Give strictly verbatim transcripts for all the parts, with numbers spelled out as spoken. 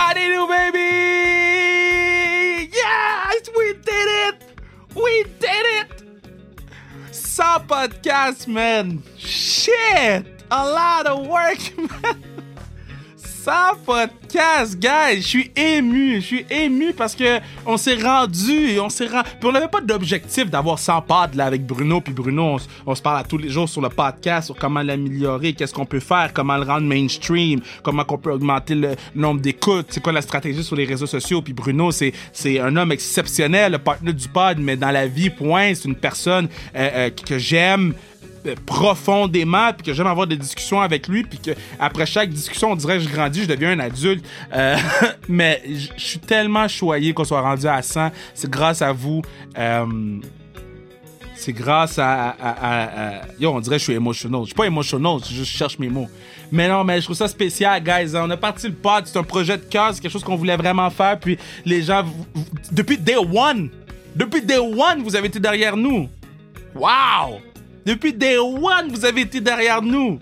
What do you do, baby? Yes, we did it! We did it! cent podcasts, man! Shit! A lot of work, man! cent podcasts, guys! Je suis ému, je suis ému parce que on s'est rendu, on s'est rendu... Puis on n'avait pas d'objectif d'avoir cent pods là avec Bruno, puis Bruno, on, on se parle à tous les jours sur le podcast, sur comment l'améliorer, qu'est-ce qu'on peut faire, comment le rendre mainstream, comment qu'on peut augmenter le nombre d'écoutes, c'est quoi la stratégie sur les réseaux sociaux, puis Bruno, c'est, c'est un homme exceptionnel, le partenaire du pod, mais dans la vie, point, c'est une personne euh, euh, que j'aime profondément, puis que j'aime avoir des discussions avec lui, puis que après chaque discussion on dirait que je grandis, je deviens un adulte, euh, mais je suis tellement choyé qu'on soit rendu à cent. C'est grâce à vous, euh, c'est grâce à, à, à, à yo, on dirait que je suis emotional, je suis pas emotional, je juste cherche mes mots, mais non, mais je trouve ça spécial, guys. On a parti le pod, c'est un projet de cœur, c'est quelque chose qu'on voulait vraiment faire, puis les gens, vous, vous, depuis day one depuis day one vous avez été derrière nous. Wow! Depuis day one, vous avez été derrière nous.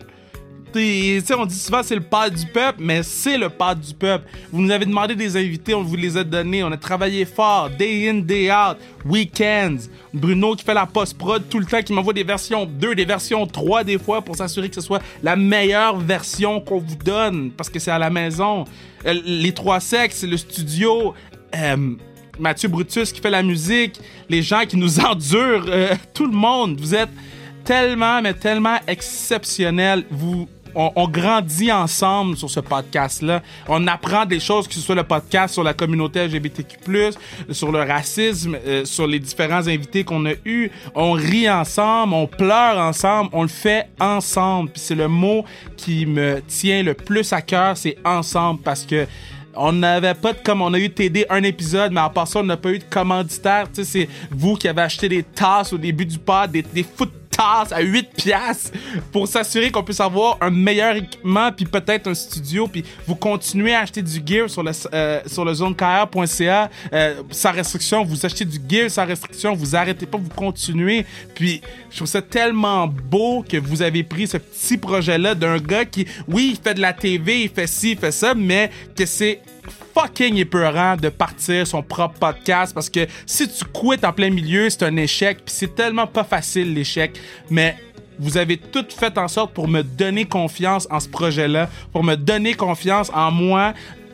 Tu sais, on dit souvent c'est le pod du peuple, mais c'est le pod du peuple. Vous nous avez demandé des invités, on vous les a donnés. On a travaillé fort, day in, day out, weekends. Bruno qui fait la post-prod tout le temps, qui m'envoie des versions deux, des versions trois des fois pour s'assurer que ce soit la meilleure version qu'on vous donne, parce que c'est à la maison. Euh, les trois sexes, le studio... Euh, Mathieu Brutus qui fait la musique, les gens qui nous endurent, euh, tout le monde. Vous êtes tellement, mais tellement exceptionnels. Vous, on, on grandit ensemble sur ce podcast-là. On apprend des choses, que ce soit le podcast sur la communauté L G B T Q plus, sur le racisme, euh, sur les différents invités qu'on a eus. On rit ensemble, on pleure ensemble, on le fait ensemble. Puis c'est le mot qui me tient le plus à cœur, c'est ensemble, parce que on n'avait pas de comme on a eu T D un épisode, mais à part ça, on n'a pas eu de commanditaire. Tu sais, c'est vous qui avez acheté des tasses au début du pod, des, des foot tasses à huit piastres pour s'assurer qu'on puisse avoir un meilleur équipement, puis peut-être un studio, puis vous continuez à acheter du gear sur le, euh, sur le zone k r point c a euh, sans restriction. Vous achetez du gear sans restriction, vous arrêtez pas, vous continuez. Puis je trouve ça tellement beau que vous avez pris ce petit projet-là d'un gars qui, oui, il fait de la T V, il fait ci, il fait ça, mais que c'est fucking épeurant de partir son propre podcast, parce que si tu quittes en plein milieu, c'est un échec, puis c'est tellement pas facile l'échec, mais vous avez tout fait en sorte pour me donner confiance en ce projet-là, pour me donner confiance en moi,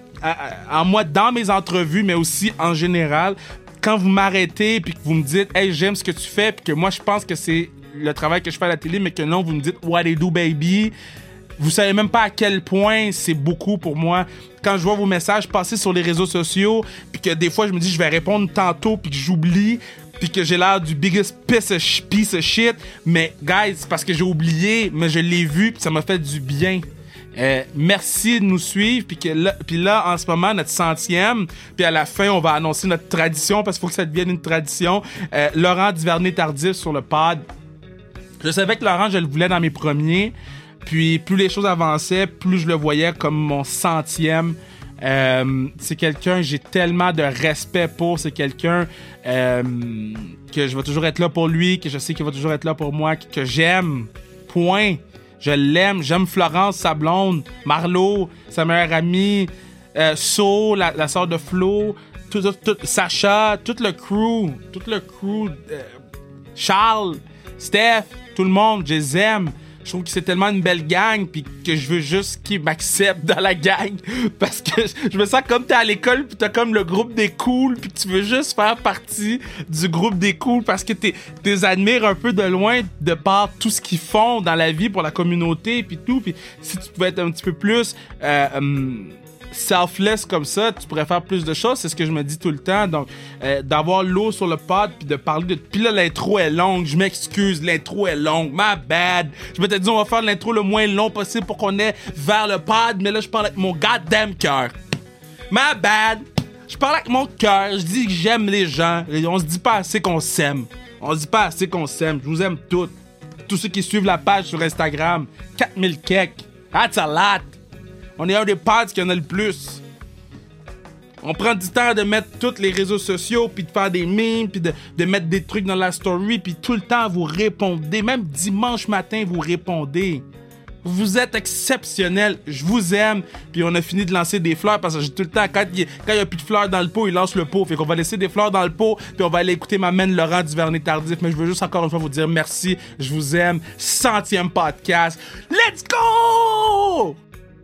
en moi dans mes entrevues, mais aussi en général. Quand vous m'arrêtez puis que vous me dites « Hey, j'aime ce que tu fais », puis que moi, je pense que c'est le travail que je fais à la télé, mais que non, vous me dites « What they do, baby », vous savez même pas à quel point c'est beaucoup pour moi. Quand je vois vos messages passer sur les réseaux sociaux, puis que des fois, je me dis « Je vais répondre tantôt », puis que j'oublie, puis que j'ai l'air du biggest piece of, sh- piece of shit, mais guys, c'est parce que j'ai oublié, mais je l'ai vu, puis ça m'a fait du bien. Euh, merci de nous suivre, puis que là, puis là, en ce moment, notre centième, puis à la fin, on va annoncer notre tradition, parce qu'il faut que ça devienne une tradition. Euh, Laurent Duvernay-Tardif sur le pod. Je savais que Laurent, je le voulais dans mes premiers, puis plus les choses avançaient, plus je le voyais comme mon centième. Euh, c'est quelqu'un que j'ai tellement de respect pour, c'est quelqu'un euh, que je vais toujours être là pour lui, que je sais qu'il va toujours être là pour moi, que, que j'aime, point. Je l'aime, j'aime Florence, sa blonde, Marlo, sa meilleure amie, euh, So, la, la sœur de Flo, tout, tout, tout, Sacha, tout le crew, tout le crew, euh, Charles, Steph, tout le monde, je les aime. Je trouve que c'est tellement une belle gang, puis que je veux juste qu'ils m'acceptent dans la gang, parce que je me sens comme t'es à l'école, puis t'as comme le groupe des cools, puis que tu veux juste faire partie du groupe des cools, parce que t'es, t'es admires un peu de loin, de par tout ce qu'ils font dans la vie pour la communauté, puis tout, puis si tu pouvais être un petit peu plus euh, um, selfless comme ça, tu pourrais faire plus de choses, c'est ce que je me dis tout le temps. Donc euh, d'avoir l'eau sur le pod, puis de parler de... Puis là, l'intro est longue, je m'excuse, l'intro est longue, my bad. Je m'étais dit, on va faire l'intro le moins long possible pour qu'on ait vers le pod, mais là, je parle avec mon goddamn cœur. My bad. Je parle avec mon cœur, je dis que j'aime les gens, on se dit pas assez qu'on s'aime. On se dit pas assez qu'on s'aime, je vous aime toutes. Tous ceux qui suivent la page sur Instagram, quatre mille kek, that's a lot. On est un des pods qui en a le plus. On prend du temps de mettre tous les réseaux sociaux, puis de faire des memes, puis de, de mettre des trucs dans la story, puis tout le temps vous répondez. Même dimanche matin, vous répondez. Vous êtes exceptionnels. Je vous aime. Puis on a fini de lancer des fleurs parce que j'ai tout le temps, quand il n'y a plus de fleurs dans le pot, il lance le pot. Fait qu'on va laisser des fleurs dans le pot. Puis on va aller écouter ma mène Laurent Duvernay Tardif. Mais je veux juste encore une fois vous dire merci. Je vous aime. Centième podcast. Let's go!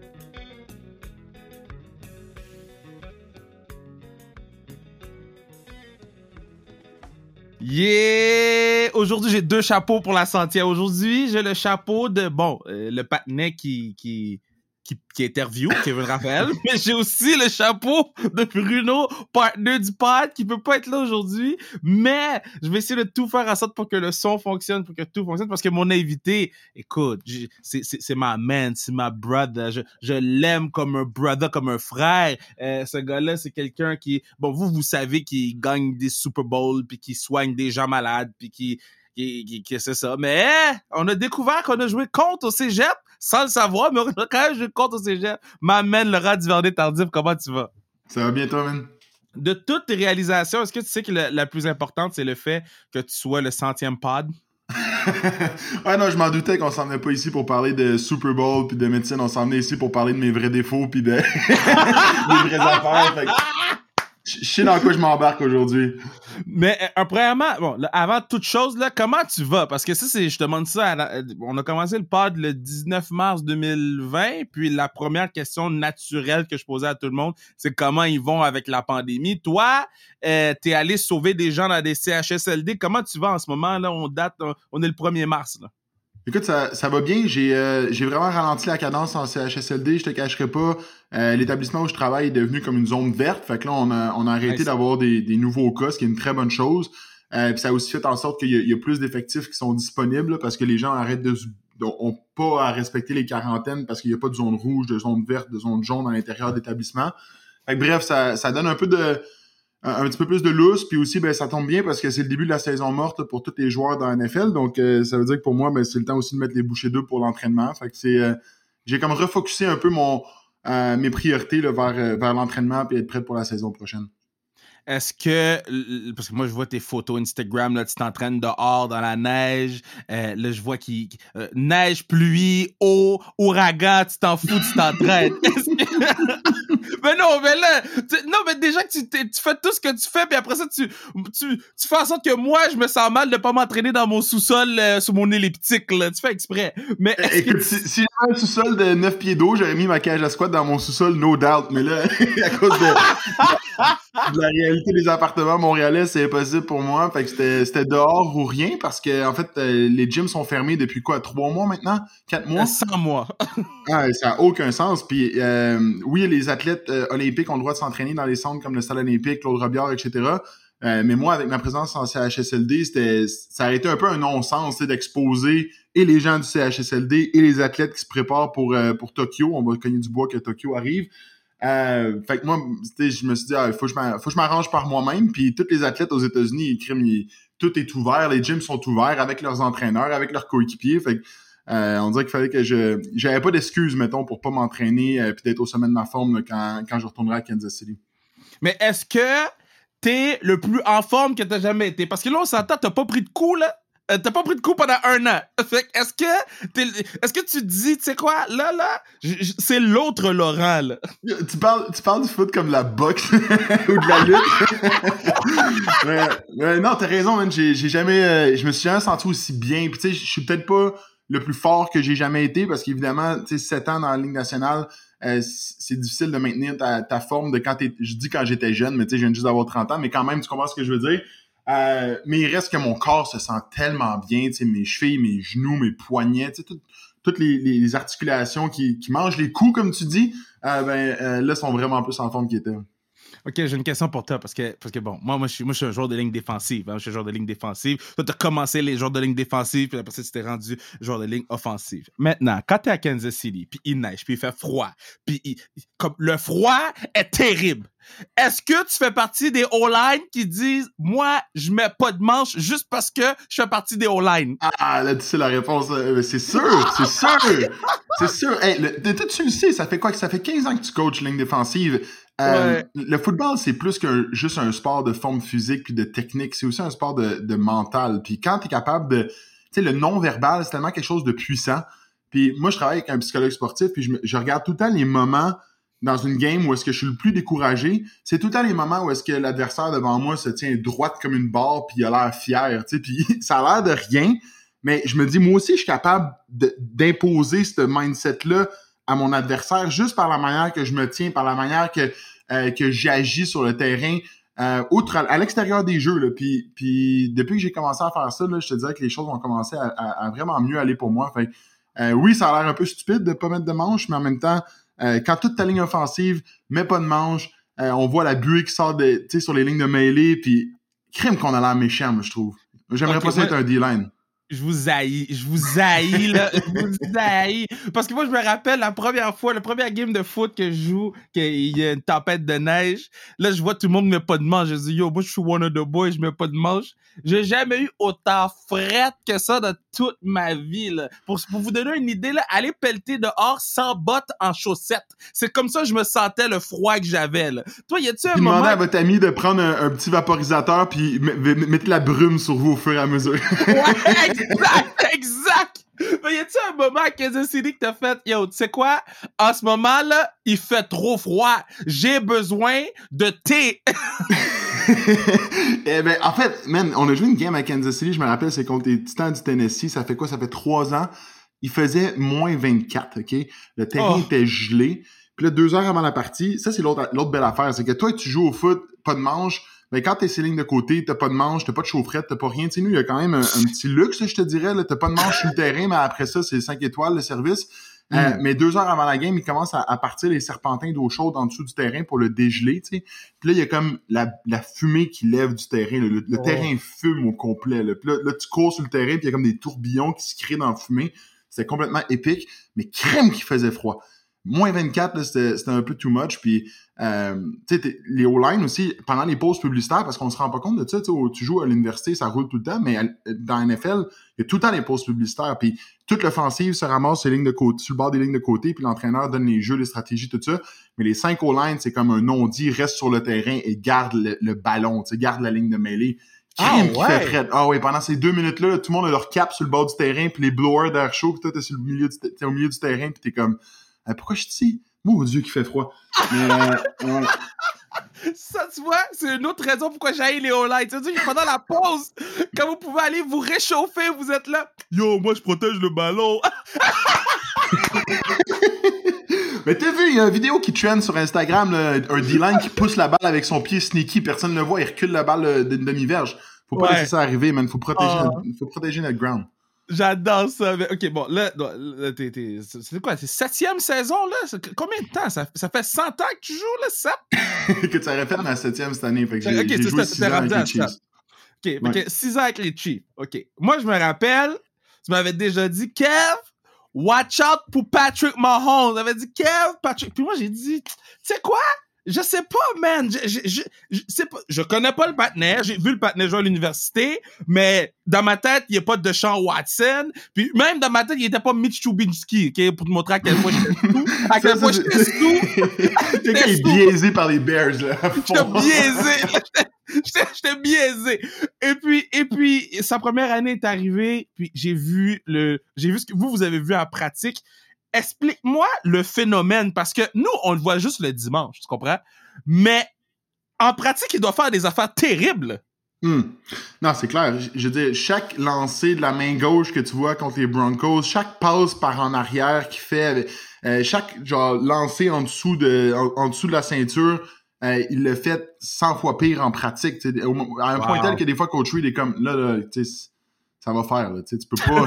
Yeah! Aujourd'hui, j'ai deux chapeaux pour la centième. Aujourd'hui, j'ai le chapeau de, bon, euh, le patinet qui, qui, qui, qui interview, Kevin Raphaël, mais j'ai aussi le chapeau de Bruno, partenaire du pod, qui peut pas être là aujourd'hui, mais je vais essayer de tout faire en sorte pour que le son fonctionne, pour que tout fonctionne, parce que mon invité, écoute, c'est, c'est, c'est ma man, c'est ma brother, je, je l'aime comme un brother, comme un frère. Euh, ce gars-là, c'est quelqu'un qui, bon, vous, vous savez qu'il gagne des Super Bowls, puis qui soigne des gens malades, puis qui, qui, qui, qui c'est ça. Mais hein, on a découvert qu'on a joué contre au cégep, sans le savoir, mais on a quand même joué contre au cégep. M'amène Laurent Duvernay Tardif, comment tu vas? Ça va bien toi, man? De toutes tes réalisations, est-ce que tu sais que la, la plus importante, c'est le fait que tu sois le centième pod? Ouais, non, je m'en doutais qu'on s'en venait pas ici pour parler de Super Bowl puis de médecine. On s'en venait ici pour parler de mes vrais défauts puis de des vraies affaires. Fait que... Je sais dans quoi je m'embarque aujourd'hui. Mais euh, premièrement, bon, là, avant toute chose, là, comment tu vas? Parce que ça, c'est, je te demande ça. À, on a commencé le pod le dix-neuf mars deux mille vingt, puis la première question naturelle que je posais à tout le monde, c'est comment ils vont avec la pandémie. Toi, euh, t'es allé sauver des gens dans des C H S L D. Comment tu vas en ce moment? Là, on date, on, on est le premier mars, là. Écoute, ça, ça va bien. J'ai, euh, j'ai vraiment ralenti la cadence en C H S L D. Je te cacherai pas. Euh, l'établissement où je travaille est devenu comme une zone verte. Fait que là, on a, on a arrêté nice. d'avoir des, des nouveaux cas, ce qui est une très bonne chose. Euh, puis ça a aussi fait en sorte qu'il y a, il y a plus d'effectifs qui sont disponibles là, parce que les gens arrêtent de, de ont pas à respecter les quarantaines parce qu'il n'y a pas de zone rouge, de zone verte, de zone jaune à l'intérieur d'établissement. Fait que bref, ça, ça donne un peu de... un petit peu plus de lousse, puis aussi, ben ça tombe bien parce que c'est le début de la saison morte pour tous les joueurs dans la N F L, donc euh, ça veut dire que pour moi, ben c'est le temps aussi de mettre les bouchées doubles pour l'entraînement. Fait que c'est, euh, j'ai comme refocusé un peu mon euh, mes priorités là, vers euh, vers l'entraînement puis être prêt pour la saison prochaine. Est-ce que, parce que moi je vois tes photos Instagram, là, tu t'entraînes dehors dans la neige, euh, là je vois qu'il euh, neige, pluie, eau, ouragan, tu t'en fous, tu t'entraînes. Est-ce que... mais non, mais là, tu... non, mais déjà que tu, tu fais tout ce que tu fais, puis après ça, tu, tu, tu fais en sorte que moi, je me sens mal de pas m'entraîner dans mon sous-sol euh, sur mon elliptique, là. Tu fais exprès. Mais est-ce Écoute, que... si, si j'avais un sous-sol de neuf pieds d'eau, j'aurais mis ma cage à squat dans mon sous-sol, no doubt. Mais là, à cause de, de la réalité des appartements montréalais, c'est impossible pour moi. Fait que c'était, c'était dehors ou rien, parce que en fait, euh, les gyms sont fermés depuis quoi, trois mois maintenant? Quatre mois? Cent mois. Ah, ça n'a aucun sens. Puis euh, oui, les athlètes euh, olympiques ont le droit de s'entraîner dans les centres comme le Stade olympique, Claude Robillard, et cetera. Euh, mais moi, avec ma présence en C H S L D, c'était, ça a été un peu un non-sens d'exposer et les gens du C H S L D et les athlètes qui se préparent pour, euh, pour Tokyo. On va cogner du bois que Tokyo arrive. Euh, fait que moi, je me suis dit, il ah, faut, faut que je m'arrange par moi-même. Puis tous les athlètes aux États-Unis, ils criment, ils, tout est ouvert. Les gyms sont ouverts avec leurs entraîneurs, avec leurs coéquipiers. Fait que Euh, on dirait qu'il fallait que je... J'avais pas d'excuses, mettons, pour pas m'entraîner euh, puis d'être au sommet de ma forme là, quand, quand je retournerai à Kansas City. Mais est-ce que t'es le plus en forme que t'as jamais été? Parce que là, on s'entend, t'as pas pris de coup, là. Euh, t'as pas pris de coup pendant un an. Fait que est-ce que t'es, est-ce que tu te dis, tu sais quoi, là, là, j- j- c'est l'autre Laurent, là. Tu parles, tu parles du foot comme de la boxe ou de la lutte. mais, mais non, t'as raison, man. J'ai, j'ai jamais... Euh, je me suis jamais senti aussi bien. Puis tu sais, je suis peut-être pas le plus fort que j'ai jamais été parce qu'évidemment, tu sais, sept ans dans la Ligue nationale, euh, c'est difficile de maintenir ta, ta forme de quand t'es... Je dis quand j'étais jeune, mais tu sais, je viens juste d'avoir trente ans, mais quand même, tu comprends ce que je veux dire. Euh, mais il reste que mon corps se sent tellement bien, tu sais, mes chevilles, mes genoux, mes poignets, tu sais, tout, toutes les, les articulations qui, qui mangent les coups, comme tu dis, euh, ben euh, là, sont vraiment plus en forme qu'ils étaient. OK, j'ai une question pour toi, parce que, parce que bon, moi, moi, je suis, moi, je suis un joueur de ligne défensive. Hein, je suis un joueur de ligne défensive. Toi, t'as commencé les joueurs de ligne défensive, puis après ça, tu t'es rendu joueur de ligne offensive. Maintenant, quand t'es à Kansas City, puis il neige, puis il fait froid, puis il, comme le froid est terrible. Est-ce que tu fais partie des O-line qui disent « Moi, je mets pas de manche juste parce que je fais partie des O-line ». Ah, là, tu sais la réponse. Euh, c'est sûr, c'est sûr. C'est sûr. Hey, le, tu le sais, ça fait quoi? Ça fait quinze ans que tu coaches ligne défensive. Euh, ouais. Le football, c'est plus que juste un sport de forme physique puis de technique. C'est aussi un sport de, de mental. Puis quand t'es capable de... Tu sais, le non-verbal, c'est tellement quelque chose de puissant. Puis moi, je travaille avec un psychologue sportif, puis je, me, je regarde tout le temps les moments dans une game où est-ce que je suis le plus découragé. C'est tout le temps les moments où est-ce que l'adversaire devant moi se tient droite comme une barre, puis il a l'air fier, tu sais, puis ça a l'air de rien, mais je me dis, moi aussi, je suis capable de, d'imposer ce mindset-là à mon adversaire juste par la manière que je me tiens, par la manière que, euh, que j'agis sur le terrain, euh, outre à, à l'extérieur des jeux, là. Puis, puis depuis que j'ai commencé à faire ça, là, je te dirais que les choses ont commencé à, à, à vraiment mieux aller pour moi. Fait euh, oui, ça a l'air un peu stupide de pas mettre de manche, mais en même temps, euh, quand toute ta ligne offensive met pas de manche, euh, on voit la buée qui sort de, sur les lignes de mêlée, puis crime qu'on a l'air méchant, moi, je trouve. J'aimerais okay, pas ça être un D-line. Je vous haïs, je vous haïs, là, je vous haïs. Parce que moi, je me rappelle la première fois, la première game de foot que je joue, qu'il y a une tempête de neige. Là, je vois tout le monde ne met pas de manche. Je dis, yo, moi, je suis one of the boys, je mets pas de manche. J'ai jamais eu autant frette que ça dans toute ma vie, là. Pour, pour vous donner une idée, là, aller pelleter dehors sans bottes en chaussettes. C'est comme ça que je me sentais le froid que j'avais, là. Toi, y a-tu un puis moment... Demandez à votre ami de prendre un, un petit vaporisateur puis m- m- mettre la brume sur vous au fur et à mesure. Ouais, exact, exact! Mais y a-tu un moment à Kansas City que t'as fait, yo, tu sais quoi? En ce moment-là, il fait trop froid. J'ai besoin de thé. eh ben, en fait, man, on a joué une game à Kansas City, je me rappelle, c'est contre les Titans du Tennessee. Ça fait quoi? Ça fait trois ans. Il faisait moins vingt-quatre, OK? Le terrain oh. était gelé. Puis là, deux heures avant la partie, ça, c'est l'autre, l'autre belle affaire. C'est que toi, tu joues au foot, pas de manche. Mais quand t'es ces lignes de côté, t'as pas de manche, t'as pas de chaufferette, t'as pas rien. Tu sais, nous, il y a quand même un, un petit luxe, je te dirais. Là. T'as pas de manche sur le terrain, mais après ça, c'est cinq étoiles, le service. Mm. Euh, mais deux heures avant la game, il commence à, à partir les serpentins d'eau chaude en dessous du terrain pour le dégeler, tu sais. Puis là, il y a comme la, la fumée qui lève du terrain. Le, le, le oh. terrain fume au complet. Là. Puis là, là, tu cours sur le terrain, puis il y a comme des tourbillons qui se créent dans la fumée. C'était complètement épique, mais crème qui faisait froid. Moins vingt-quatre, là, c'était, c'était un peu too much. Puis, euh, tu sais, les O-line aussi, pendant les pauses publicitaires, parce qu'on se rend pas compte de ça, tu sais, tu joues à l'université, ça roule tout le temps, mais dans la N F L, il y a tout le temps les pauses publicitaires. Puis, toute l'offensive se ramasse sur, les lignes de côté, sur le bord des lignes de côté, puis l'entraîneur donne les jeux, les stratégies, tout ça. Mais les cinq O-line, c'est comme un non-dit, reste sur le terrain et garde le, le ballon, tu sais, garde la ligne de mêlée. Crime ah, qui ouais. fait fret. Ah oui, pendant ces deux minutes-là, là, tout le monde a leur cap sur le bord du terrain, puis les blowers d'air chaud, puis toi, t'es, sur le milieu du, t'es au milieu du terrain, puis t'es comme... Euh, pourquoi je suis ici? Mon Dieu, qu'il fait froid. Mais, euh, euh... Ça, tu vois, c'est une autre raison pourquoi j'haïs les O-line. Tu sais, pendant la pause, quand vous pouvez aller vous réchauffer, vous êtes là. Yo, moi, je protège le ballon. Mais t'as vu, il y a une vidéo qui trend sur Instagram, là, un D-line qui pousse la balle avec son pied sneaky, personne ne le voit, il recule la balle d'une demi-verge. Faut pas ouais. laisser ça arriver, man. Faut protéger, oh. notre, faut protéger notre ground. J'adore ça. Mais, OK, bon, là, là t'es, t'es, c'est quoi? C'est septième saison, là? C'est, combien de temps? Ça, ça fait cent ans que tu joues, là, sept? Que tu aurais fait ma septième cette année. Fait que j'ai, okay, j'ai joué six ans avec les Chiefs. OK, ouais. okay, six ans avec les Chiefs. OK. Moi, je me rappelle, tu m'avais déjà dit, Kev, watch out pour Patrick Mahomes. Tu m'avais dit, Kev, Patrick. Puis moi, j'ai dit, tu sais quoi? Je sais pas, man. Je, je, je, je, sais pas, je connais pas le partenaire. J'ai vu le partenaire jouer à l'université, mais dans ma tête, il n'y a pas de Sean Watson. Puis même dans ma tête, il n'était pas Mitch Trubisky, okay, pour te montrer à quel point j'étais sous. À quel point j'étais sous. J'étais biaisé par les Bears, là. J'étais biaisé. J'étais, j'étais biaisé. Et puis, et puis, sa première année est arrivée, puis j'ai vu le, j'ai vu ce que vous, vous avez vu en pratique. Explique-moi le phénomène, parce que nous, on le voit juste le dimanche, tu comprends? Mais en pratique, il doit faire des affaires terribles. Hmm. Non, c'est clair. Je, je veux dire, chaque lancer de la main gauche que tu vois contre les Broncos, chaque passe par en arrière qu'il fait, euh, chaque genre lancer en dessous de, en, en dessous de la ceinture, euh, il le fait cent fois pire en pratique. Au, à un wow. point tel que des fois, Coach Reid est comme, là, là, tu sais, ça va faire, là, tu sais, tu peux pas...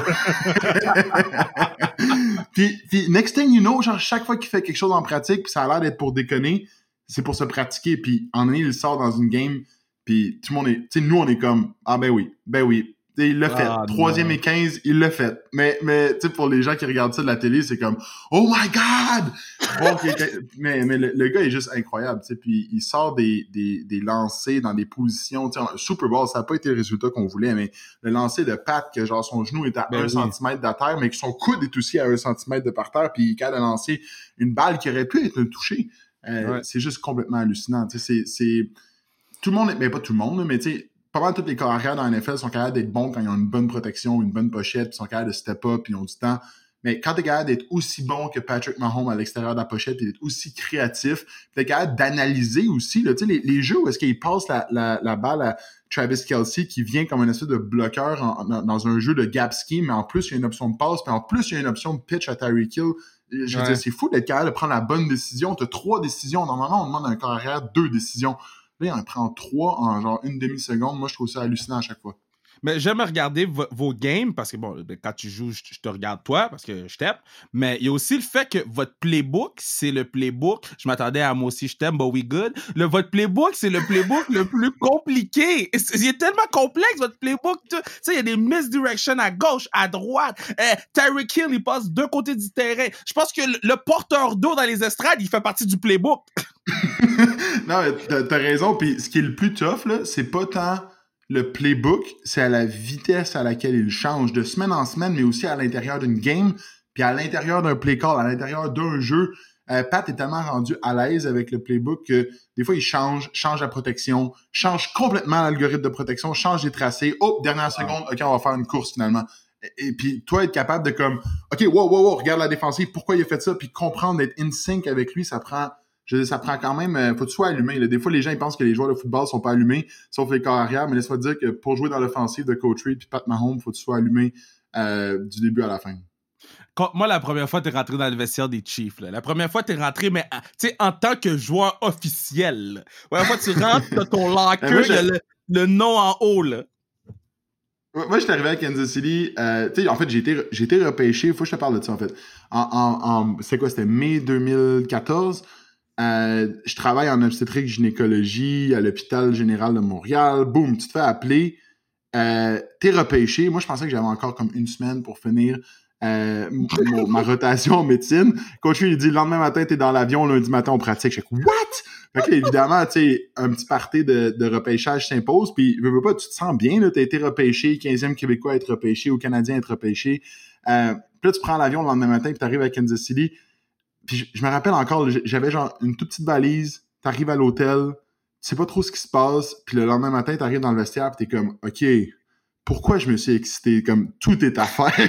puis, puis, next thing you know, genre, chaque fois qu'il fait quelque chose en pratique, puis ça a l'air d'être pour déconner, c'est pour se pratiquer, puis en année, il sort dans une game, puis tout le monde est... Tu sais, nous, on est comme, ah ben oui, ben oui. T'sais, il l'a fait. Ah, Troisième non. et quinze, il l'a fait. Mais, mais tu sais, pour les gens qui regardent ça de la télé, c'est comme, oh my God! Bon, mais mais le, le gars est juste incroyable, tu sais, puis il sort des, des, des lancers dans des positions, tu sais, Super Bowl, ça n'a pas été le résultat qu'on voulait, mais le lancer de Pat, que genre son genou est à ben un oui. centimètre de la terre, mais que son coude est aussi à un centimètre de par terre, puis il est capable de lancer une balle qui aurait pu être un touché. Euh, ouais. C'est juste complètement hallucinant, tu sais, c'est, c'est... Tout le monde, mais pas tout le monde, mais tu sais, pas mal toutes les carrières dans la N F L sont capables d'être bons quand ils ont une bonne protection, une bonne pochette, puis sont capables de step up, puis ils ont du temps. Mais quand t'es capable d'être aussi bon que Patrick Mahomes à l'extérieur de la pochette, et d'être aussi créatif, t'es capable d'analyser aussi, là, tu sais, les, les jeux où est-ce qu'il passe la, la, la balle à Travis Kelce qui vient comme un espèce de bloqueur en, en, dans un jeu de gap scheme, mais en plus, il y a une option de passe, puis en plus, il y a une option de pitch à Tyreek Hill. Je veux ouais. dire, c'est fou d'être capable de prendre la bonne décision. T'as trois décisions. Normalement, on demande à un carrière deux décisions. Là, il en prend trois en genre une demi-seconde. Moi, je trouve ça hallucinant à chaque fois. Mais j'aime regarder v- vos games parce que, bon, quand tu joues, je, je te regarde toi parce que je t'aime. Mais il y a aussi le fait que votre playbook, c'est le playbook. Je m'attendais à moi aussi, je t'aime, but we good. Le, votre playbook, c'est le playbook le plus compliqué. Il est tellement complexe, votre playbook. Tu sais, il y a des misdirections à gauche, à droite. Eh, Tyreek Hill, il passe d'un côté du terrain. Je pense que le, le porteur d'eau dans les estrades, il fait partie du playbook. Non, mais t'as, t'as raison. Puis ce qui est le plus tough, là, c'est pas tant le playbook, c'est à la vitesse à laquelle il change de semaine en semaine, mais aussi à l'intérieur d'une game, puis à l'intérieur d'un play call, à l'intérieur d'un jeu. Euh, Pat est tellement rendu à l'aise avec le playbook que des fois, il change, change la protection, change complètement l'algorithme de protection, change les tracés. Oh, dernière seconde, OK, on va faire une course finalement. Et, et puis, toi, être capable de comme, OK, wow, wow, wow, regarde la défensive, pourquoi il a fait ça, puis comprendre, d'être in sync avec lui, ça prend... Je veux dire, ça prend quand même... Euh, faut que tu sois allumé. Là. Des fois, les gens ils pensent que les joueurs de football sont pas allumés, sauf les corps arrière, mais laisse-moi te dire que pour jouer dans l'offensive de Coach Reid puis Pat Mahomes, faut que tu sois allumé euh, du début à la fin. Quand, moi, la première fois, t'es rentré dans le vestiaire des Chiefs. Là. La première fois, t'es rentré, mais tu sais, en tant que joueur officiel. La première fois, tu rentres, t'as ton locker, il y a le, le nom en haut, là. Moi, je suis arrivé à Kansas City. Euh, tu sais, en fait, j'ai été, j'ai été repêché. Faut que je te parle de ça, en fait. En, en, en c'est quoi? C'était mai deux mille quatorze. Euh, je travaille en obstétrique gynécologie à l'hôpital général de Montréal. Boum, tu te fais appeler. Euh, t'es repêché. Moi, je pensais que j'avais encore comme une semaine pour finir euh, m- mon- ma rotation en médecine. Coach, il dit, le lendemain matin, t'es dans l'avion. Lundi matin, on pratique. Je suis what? Fait que là, évidemment, tu sais, un petit party de, de repêchage s'impose. Puis, veux, veux pas, tu te sens bien, là. T'as été repêché, quinzième Québécois à être repêché, ou Canadien à être repêché. Euh, puis là, tu prends l'avion le lendemain matin, puis t'arrives à Kansas City. Puis je, je me rappelle encore, j'avais genre une toute petite valise, t'arrives à l'hôtel, tu sais pas trop ce qui se passe, puis le lendemain matin, t'arrives dans le vestiaire, puis t'es comme, OK, pourquoi je me suis excité? Comme, tout est à faire. Fait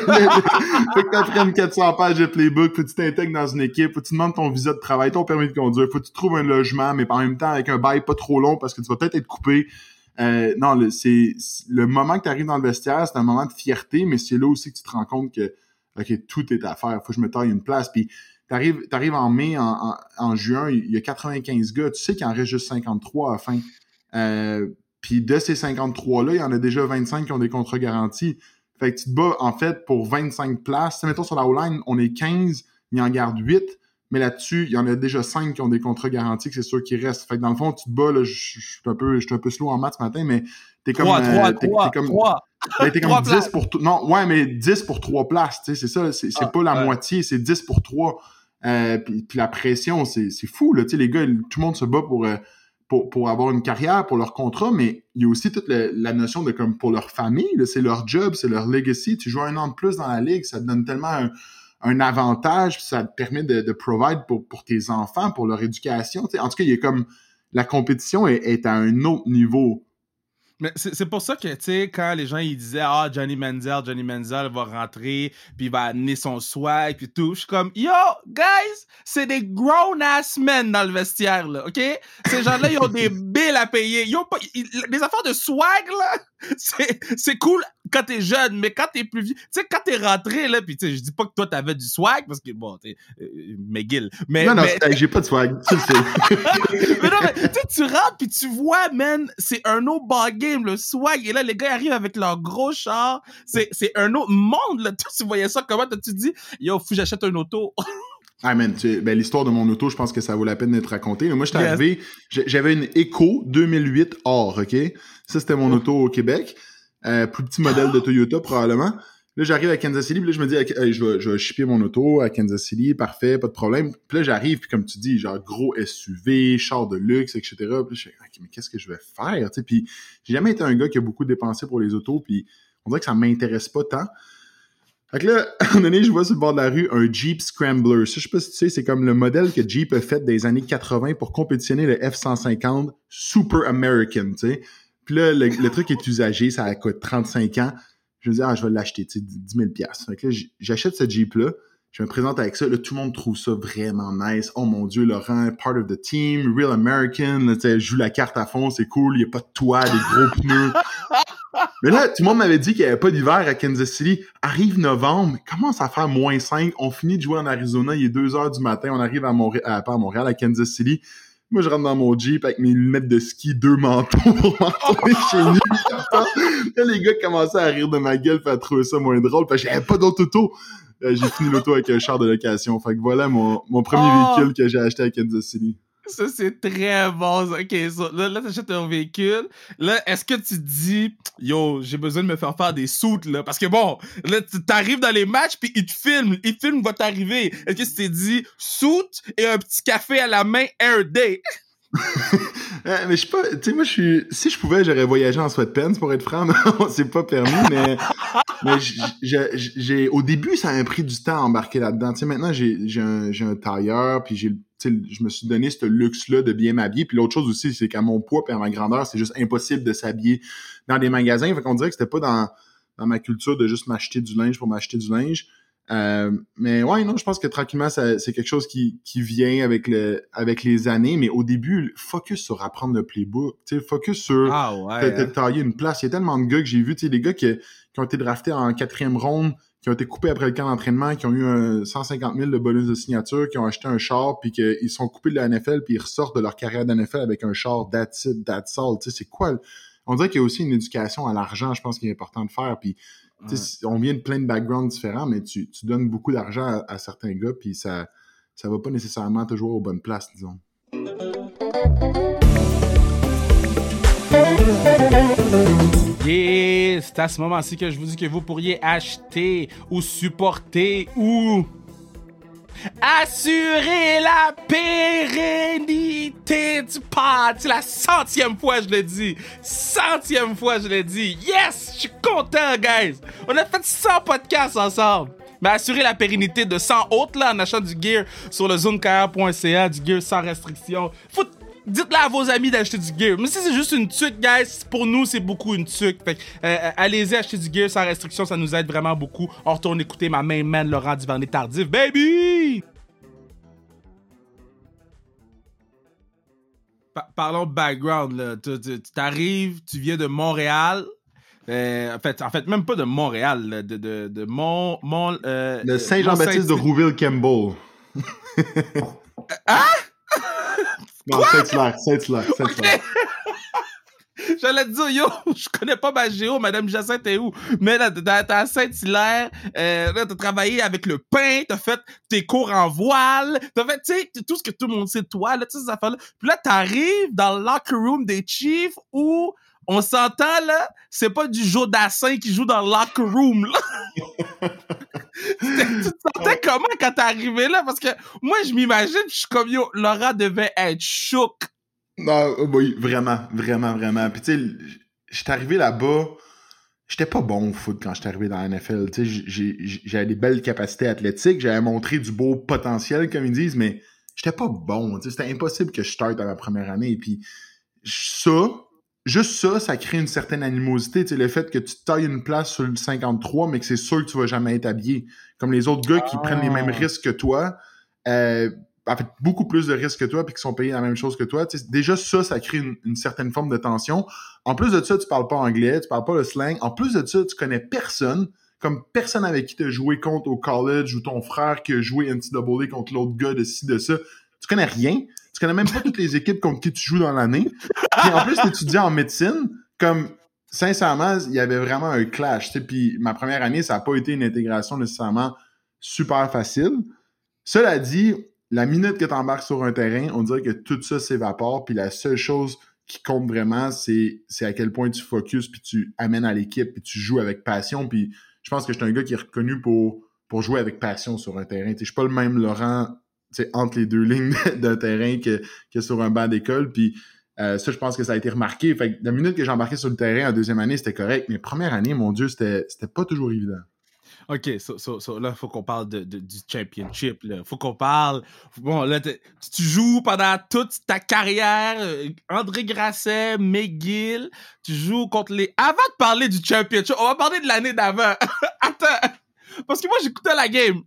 que t'apprennes quatre cents pages de playbook, faut que tu t'intègres dans une équipe, faut que tu demandes ton visa de travail, ton permis de conduire, faut que tu trouves un logement, mais en même temps avec un bail pas trop long parce que tu vas peut-être être coupé. Euh, non, le, c'est, c'est le moment que t'arrives dans le vestiaire, c'est un moment de fierté, mais c'est là aussi que tu te rends compte que, OK, tout est à faire, faut que je me taille une place, puis T'arrives, t'arrives en mai, en, en, en juin, il y a quatre-vingt-quinze gars. Tu sais qu'il en reste juste cinquante-trois à la fin. Euh, Puis de ces cinquante-trois-là, il y en a déjà vingt-cinq qui ont des contrats garantis. Fait que tu te bats, en fait, pour vingt-cinq places. Si, mettons, sur la O-line, on est quinze, il en garde huit. Mais là-dessus, il y en a déjà cinq qui ont des contrats garantis, que c'est sûr qu'ils restent. Fait que dans le fond, tu te bats, là, je suis un peu, je suis un peu slow en maths ce matin, mais t'es comme... trois, trois, euh, t'es, trois, t'es comme, trois. ben, t'es comme dix pour... T- non, ouais, mais dix pour trois places, tu sais, c'est ça. C'est, c'est Ah, pas la ouais. moitié, c'est dix pour trois. Euh, puis, puis la pression, c'est, c'est fou, là. Tu sais, les gars, tout le monde se bat pour, euh, pour, pour avoir une carrière, pour leur contrat, mais il y a aussi toute le, la notion de comme pour leur famille, là, c'est leur job, c'est leur legacy. Tu joues un an de plus dans la ligue, ça te donne tellement un, un avantage, puis ça te permet de, de provide pour, pour tes enfants, pour leur éducation. Tu sais, en tout cas, il y a comme la compétition est, est à un autre niveau. Mais c'est, c'est pour ça que, tu sais, quand les gens ils disaient « Ah, Johnny Manziel, Johnny Manziel va rentrer, puis il va amener son swag, puis tout », je suis comme « Yo, guys, c'est des grown-ass men dans le vestiaire, là, OK? Ces gens-là, ils ont des billes à payer. Ils ont pas... Ils, les affaires de swag, là, c'est, c'est cool quand t'es jeune, mais quand t'es plus vieux... Tu sais, quand t'es rentré, là, puis tu sais, je dis pas que toi, t'avais du swag, parce que, bon, t'es... Euh, McGill. Mais, non, non, mais... j'ai pas de swag, tu le sais. Mais non, mais tu sais, tu rentres, puis tu vois, man, c'est un autre ball game, le swag, et là, les gars arrivent avec leur gros char, c'est, c'est un autre monde, là. Toi, tu voyais ça, comment t'as-tu dit, yo, faut que j'achète un auto? Ah, man, tu, ben, l'histoire de mon auto, je pense que ça vaut la peine d'être racontée. Moi, j'étais Yes. arrivé, j'avais une Echo deux mille huit Or, OK? Ça, c'était mon auto au Québec. Euh, plus petit modèle de Toyota, probablement. Là, j'arrive à Kansas City, puis là, je me dis, hey, je vais, je vais shipper mon auto à Kansas City, parfait, pas de problème. Puis là, j'arrive, puis comme tu dis, genre, gros S U V, char de luxe, et cetera. Puis là, je suis OK, mais qu'est-ce que je vais faire, tu sais? Puis j'ai jamais été un gars qui a beaucoup dépensé pour les autos, puis on dirait que ça m'intéresse pas tant. Fait que là, à un moment donné, je vois sur le bord de la rue un Jeep Scrambler. Ça, je sais pas si tu sais, c'est comme le modèle que Jeep a fait des années quatre-vingts pour compétitionner le F cent cinquante Super American, tu sais. Puis là, le, le truc est usagé, ça coûte trente-cinq ans. je me dis, ah, je vais l'acheter, tu sais, dix mille dollars. Fait que là, j'achète ce Jeep-là, je me présente avec ça, là, tout le monde trouve ça vraiment nice. Oh mon Dieu, Laurent, part of the team, real American, là, tu sais, je joue la carte à fond, c'est cool, il n'y a pas de toit, des gros pneus. Mais là, tout le monde m'avait dit qu'il n'y avait pas d'hiver à Kansas City. Arrive novembre, commence à faire moins cinq, on finit de jouer en Arizona, il est deux heures du matin, on arrive à Montréal, à, pas à Montréal, à Kansas City. Moi, je rentre dans mon Jeep avec mes lunettes de ski, deux manteaux pour m'en retourner chez nous. Là, les gars commençaient à rire de ma gueule, puis à trouver ça moins drôle, parce que j'avais pas d'autre auto. Euh, j'ai fini l'auto avec un char de location. Fait que voilà mon, mon premier oh! véhicule que j'ai acheté à Kansas City. Ça, c'est très bon. OK, so, là, là t'achètes un véhicule. Là, est-ce que tu te dis, yo, j'ai besoin de me faire faire des soutes, là? Parce que bon, là, t'arrives dans les matchs, puis ils te filment. Ils te filment va t'arriver. Est-ce que tu t'es dit, soute et un petit café à la main, air day? euh, mais je sais pas, tu sais, moi, je suis. Si je pouvais, j'aurais voyagé en sweatpants, pour être franc. C'est pas permis, mais. Mais j'ai, j'ai, au début, ça m'a pris du temps à embarquer là-dedans. Tu sais, maintenant, j'ai, j'ai un, j'ai un tailleur, puis j'ai, tu sais, je me suis donné ce luxe-là de bien m'habiller. Puis l'autre chose aussi, c'est qu'à mon poids et à ma grandeur, c'est juste impossible de s'habiller dans des magasins. Fait qu'on dirait que c'était pas dans, dans ma culture de juste m'acheter du linge pour m'acheter du linge. Euh, mais ouais, non, je pense que tranquillement, ça, c'est quelque chose qui, qui vient avec le, avec les années. Mais au début, focus sur apprendre le playbook. Tu sais, focus sur ah ouais, te, te hein? tailler une place. Il y a tellement de gars que j'ai vu, tu sais, des gars qui, qui ont été draftés en quatrième ronde, qui ont été coupés après le camp d'entraînement, qui ont eu un cent cinquante mille de bonus de signature, qui ont acheté un char, puis qu'ils sont coupés de la N F L, puis ils ressortent de leur carrière d'N F L avec un char that's it, that's all. Tu sais, c'est quoi? On dirait qu'il y a aussi une éducation à l'argent, je pense, qu'il est important de faire. Puis, ouais. On vient de plein de backgrounds différents, mais tu, tu donnes beaucoup d'argent à, à certains gars, puis ça ça va pas nécessairement toujours aux bonnes places, disons. Yeah, c'est à ce moment-ci que je vous dis que vous pourriez acheter ou supporter ou assurer la pérennité du pod. C'est la centième fois que je le dis. Centième fois que je le dis. Yes! Je suis content, guys! On a fait cent podcasts ensemble. Mais assurer la pérennité de cent autres, là, en achetant du gear sur le zone carrière point c a, du gear sans restriction. Faut... Dites-le à vos amis d'acheter du gear. Mais si c'est juste une tuque, guys, pour nous, c'est beaucoup une tuque. Fait euh, allez-y acheter du gear sans restriction, ça nous aide vraiment beaucoup. On retourne écouter ma main man Laurent Duvernay-Tardif, baby! Pa- parlons background, là. Tu, tu, tu t'arrives, tu viens de Montréal. Euh, en fait, en fait, même pas de Montréal, là, de, de, de Mont... Mont euh, le Saint-Jean-Baptiste Mont-Saint- de Rouville-Campbell. Hein? Non, Saint-Hilaire, Saint-Hilaire, Saint-Hilaire. Okay. J'allais te dire, yo, je connais pas ma géo, Madame Jacinthe est où? Mais là, t'es à Saint-Hilaire, euh, là, t'as travaillé avec le pain, t'as fait tes cours en voile, t'as fait, tu sais, tout ce que tout le monde sait de toi, là, tu sais, ces affaires-là. Puis là, t'arrives dans le locker room des Chiefs où on s'entend, là, c'est pas du Joe Dassin qui joue dans le locker room, là. Tu te sentais comment quand t'es arrivé là? Parce que moi, je m'imagine, je suis comme, yo, Laurent devait être choc. Non, oui, vraiment, vraiment, vraiment. Puis tu sais, j'étais arrivé là-bas, j'étais pas bon au foot quand j'étais arrivé dans la N F L. Tu sais, j'ai, j'avais des belles capacités athlétiques, j'avais montré du beau potentiel, comme ils disent, mais j'étais pas bon. Tu sais, c'était impossible que je starte à ma première année. Et puis ça... Juste ça, ça crée une certaine animosité. Tu sais, le fait que tu tailles une place sur le cinquante-trois, mais que c'est sûr que tu vas jamais être habillé. Comme les autres gars qui ah. prennent les mêmes risques que toi, euh, en fait, beaucoup plus de risques que toi, puis qui sont payés la même chose que toi. Tu sais, déjà, ça, ça crée une, une certaine forme de tension. En plus de ça, tu parles pas anglais, tu parles pas le slang. En plus de ça, tu connais personne. Comme personne avec qui tu as joué contre au college ou ton frère qui a joué N C double A contre l'autre gars de ci, de ça. Tu connais rien. Tu connais même pas toutes les équipes contre qui tu joues dans l'année. Puis en plus, t'étudies en médecine, comme, sincèrement, il y avait vraiment un clash, tu sais. Puis ma première année, ça a pas été une intégration nécessairement super facile. Cela dit, la minute que t'embarques sur un terrain, on dirait que tout ça s'évapore, puis la seule chose qui compte vraiment, c'est, c'est à quel point tu focuses, puis tu amènes à l'équipe, puis tu joues avec passion. Puis je pense que je suis un gars qui est reconnu pour, pour jouer avec passion sur un terrain. Tu sais, je suis pas le même Laurent, tu sais, entre les deux lignes d'un terrain que, que sur un banc d'école. Puis euh, ça, je pense que ça a été remarqué. Fait que la minute que j'ai embarqué sur le terrain en deuxième année, c'était correct. Mais première année, mon Dieu, c'était, c'était pas toujours évident. OK, so, so, so, là, il faut qu'on parle de, de, du championship. Il faut qu'on parle... Bon, là, tu joues pendant toute ta carrière, André Grasset, McGill, tu joues contre les... Avant de parler du championship, on va parler de l'année d'avant. Attends, parce que moi, j'écoutais la game.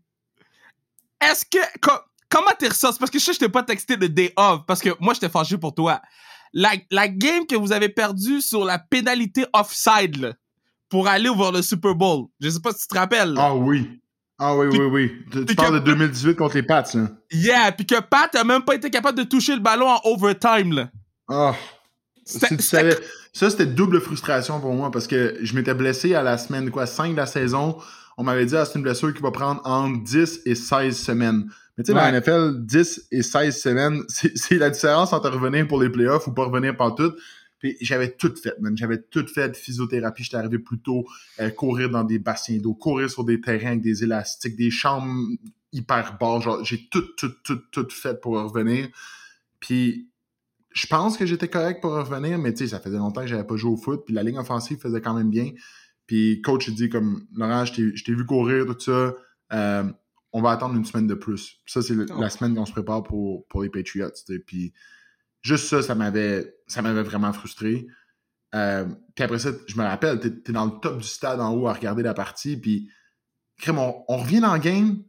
Est-ce que... Com- comment t'es ressorti? Parce que je sais que je t'ai pas texté le day off, parce que moi, j'étais fâché pour toi. La, la game que vous avez perdue sur la pénalité offside, là, pour aller voir le Super Bowl. Je sais pas si tu te rappelles. Ah oui. Ah oui, puis, oui, oui. Tu, tu parles de deux mille dix-huit contre les Pats, là. Yeah, puis que Pat a même pas été capable de toucher le ballon en overtime, là. Ah. Si tu savais... Ça, c'était double frustration pour moi parce que je m'étais blessé à la semaine quoi, cinq de la saison. On m'avait dit, ah, c'est une blessure qui va prendre entre dix et seize semaines. Mais tu sais, ouais. Dans la N F L, dix et seize semaines, c'est, c'est la différence entre revenir pour les playoffs ou pas revenir partout. Puis j'avais tout fait, man. J'avais tout fait, physiothérapie, j'étais arrivé plus tôt, euh, courir dans des bassins d'eau, courir sur des terrains avec des élastiques, des chambres hyper bas. Genre, j'ai tout, tout, tout, tout fait pour revenir. Puis je pense que j'étais correct pour revenir, mais tu sais, ça faisait longtemps que j'avais pas joué au foot, puis la ligne offensive faisait quand même bien. Puis coach, il dit comme, Laurent, je t'ai, je t'ai vu courir, tout ça, euh, on va attendre une semaine de plus. Puis ça, c'est le, oh. la semaine qu'on se prépare pour, pour les Patriots, tu sais. Puis juste ça, ça m'avait, ça m'avait vraiment frustré. Euh, puis après ça, je me rappelle, t'es, t'es dans le top du stade en haut à regarder la partie, puis crème, on, on revient dans le game,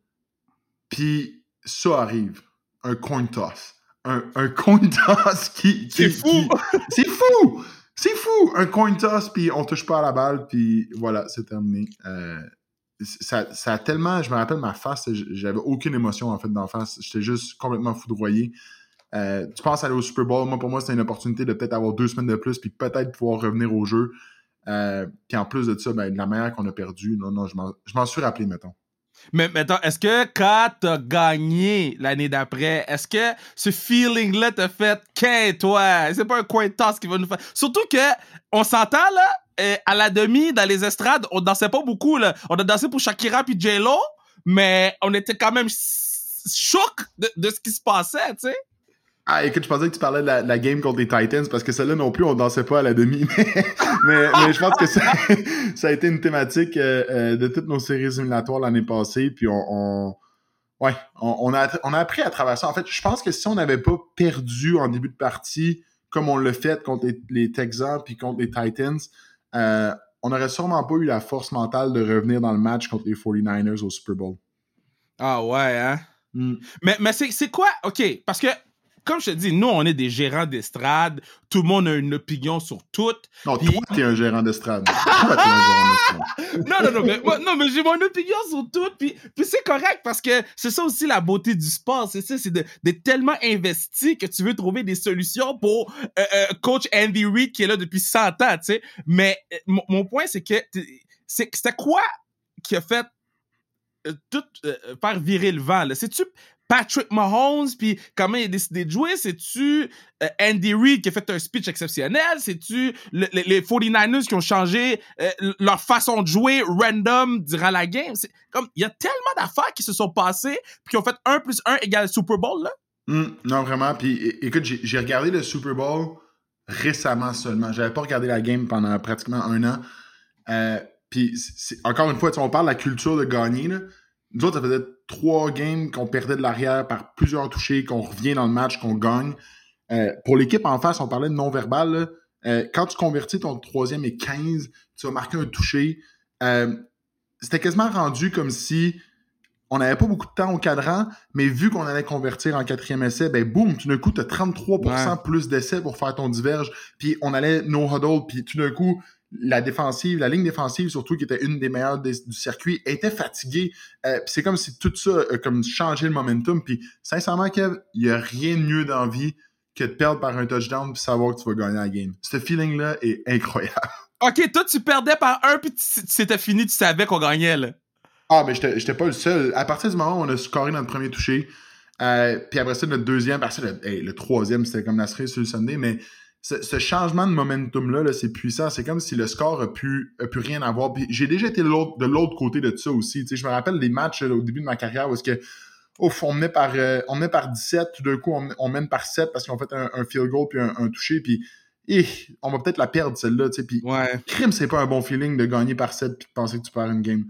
puis ça arrive. Un coin toss. Un, un coin toss qui... qui c'est fou! Qui, c'est fou! C'est fou! Un coin toss, puis on touche pas à la balle, puis voilà, c'est terminé. Euh, ça, ça a tellement... Je me rappelle ma face, j'avais aucune émotion, en fait, d'en face. J'étais juste complètement foudroyé. Euh, tu penses aller au Super Bowl, moi, pour moi, c'était une opportunité de peut-être avoir deux semaines de plus, puis peut-être pouvoir revenir au jeu. Euh, puis en plus de ça, ben, de la manière qu'on a perdu, non, non, je m'en, je m'en suis rappelé, mettons. Mais mettons, est-ce que quand t'as gagné l'année d'après, est-ce que ce feeling-là t'a fait qu'est toi? C'est pas un coin toss qui va nous faire. Surtout que, on s'entend là, euh, à la demi, dans les estrades, on dansait pas beaucoup, là. On a dansé pour Shakira puis J-Lo, mais on était quand même choc de, de ce qui se passait, tu sais. Ah, écoute, je pensais que tu parlais de la, de la game contre les Titans, parce que celle-là non plus, on dansait pas à la demi. mais, mais, mais je pense que ça, ça a été une thématique euh, euh, de toutes nos séries éliminatoires l'année passée. Puis on, on ouais, on, on, a, on a appris à travers ça. En fait, je pense que si on n'avait pas perdu en début de partie, comme on l'a fait contre les, les Texans puis contre les Titans, euh, on n'aurait sûrement pas eu la force mentale de revenir dans le match contre les forty-niners au Super Bowl. Ah ouais, hein? Mm. Mais, mais c'est, c'est quoi? OK, parce que comme je te dis, nous, on est des gérants d'estrade. Tout le monde a une opinion sur tout. Non, pis... toi, t'es un gérant d'estrade. Toi, t'es un gérant d'estrade. non, non, non, mais, moi, non, mais j'ai mon opinion sur tout. Puis, puis c'est correct parce que c'est ça aussi la beauté du sport. C'est ça, c'est de, d'être tellement investi que tu veux trouver des solutions pour euh, euh, coach Andy Reid qui est là depuis cent ans, tu sais. Mais euh, mon, mon point, c'est que c'est, c'était quoi qui a fait euh, tout euh, faire virer le vent, là? C'est-tu Patrick Mahomes, puis comment il a décidé de jouer? C'est-tu euh, Andy Reid qui a fait un speech exceptionnel? C'est-tu le, le, les forty-niners qui ont changé euh, leur façon de jouer random durant la game? C'est comme, il y a tellement d'affaires qui se sont passées puis qui ont fait un plus un égale Super Bowl, là? Mm, non, vraiment. Puis écoute, j'ai, j'ai regardé le Super Bowl récemment seulement. J'avais pas regardé la game pendant pratiquement un an. Euh, puis encore une fois, on parle de la culture de gagner, là. Nous autres, ça faisait trois games qu'on perdait de l'arrière par plusieurs touchés, qu'on revient dans le match, qu'on gagne. Euh, pour l'équipe en face, on parlait de non-verbal. Là. Euh, quand tu convertis ton troisième et quinze, tu vas marquer un touché. Euh, c'était quasiment rendu comme si on n'avait pas beaucoup de temps au cadran, mais vu qu'on allait convertir en quatrième essai, ben boum, tout d'un coup, tu as trente-trois pour cent ouais. plus d'essais pour faire ton diverge. Puis on allait no-huddle, puis tout d'un coup, la défensive, la ligne défensive, surtout, qui était une des meilleures des, du circuit, était fatiguée. Euh, puis c'est comme si tout ça a comme changé le momentum. Puis sincèrement, Kev, il n'y a rien de mieux dans la vie que de perdre par un touchdown puis savoir que tu vas gagner la game. Ce feeling-là est incroyable. OK, toi, tu perdais par un puis c'était fini, tu savais qu'on gagnait, là. Ah, mais j'étais, j'étais pas le seul. À partir du moment où on a scoré notre premier touché, euh, puis après ça, notre deuxième, parce que le, hey, le troisième, c'était comme la cerise sur le Sunday, mais Ce, ce changement de momentum-là, là, c'est puissant. C'est comme si le score a pu, a pu rien avoir. Puis j'ai déjà été de l'autre, de l'autre côté de ça aussi. Tu sais, je me rappelle des matchs là, au début de ma carrière où est-ce que, ouf, on menait par, euh, on menait par dix-sept, tout d'un coup, on, on mène par sept parce qu'on fait un, un field goal puis un, un touché. Puis eh, on va peut-être la perdre, celle-là. Tu sais, puis ouais. crime, c'est pas un bon feeling de gagner par sept puis de penser que tu perds une game.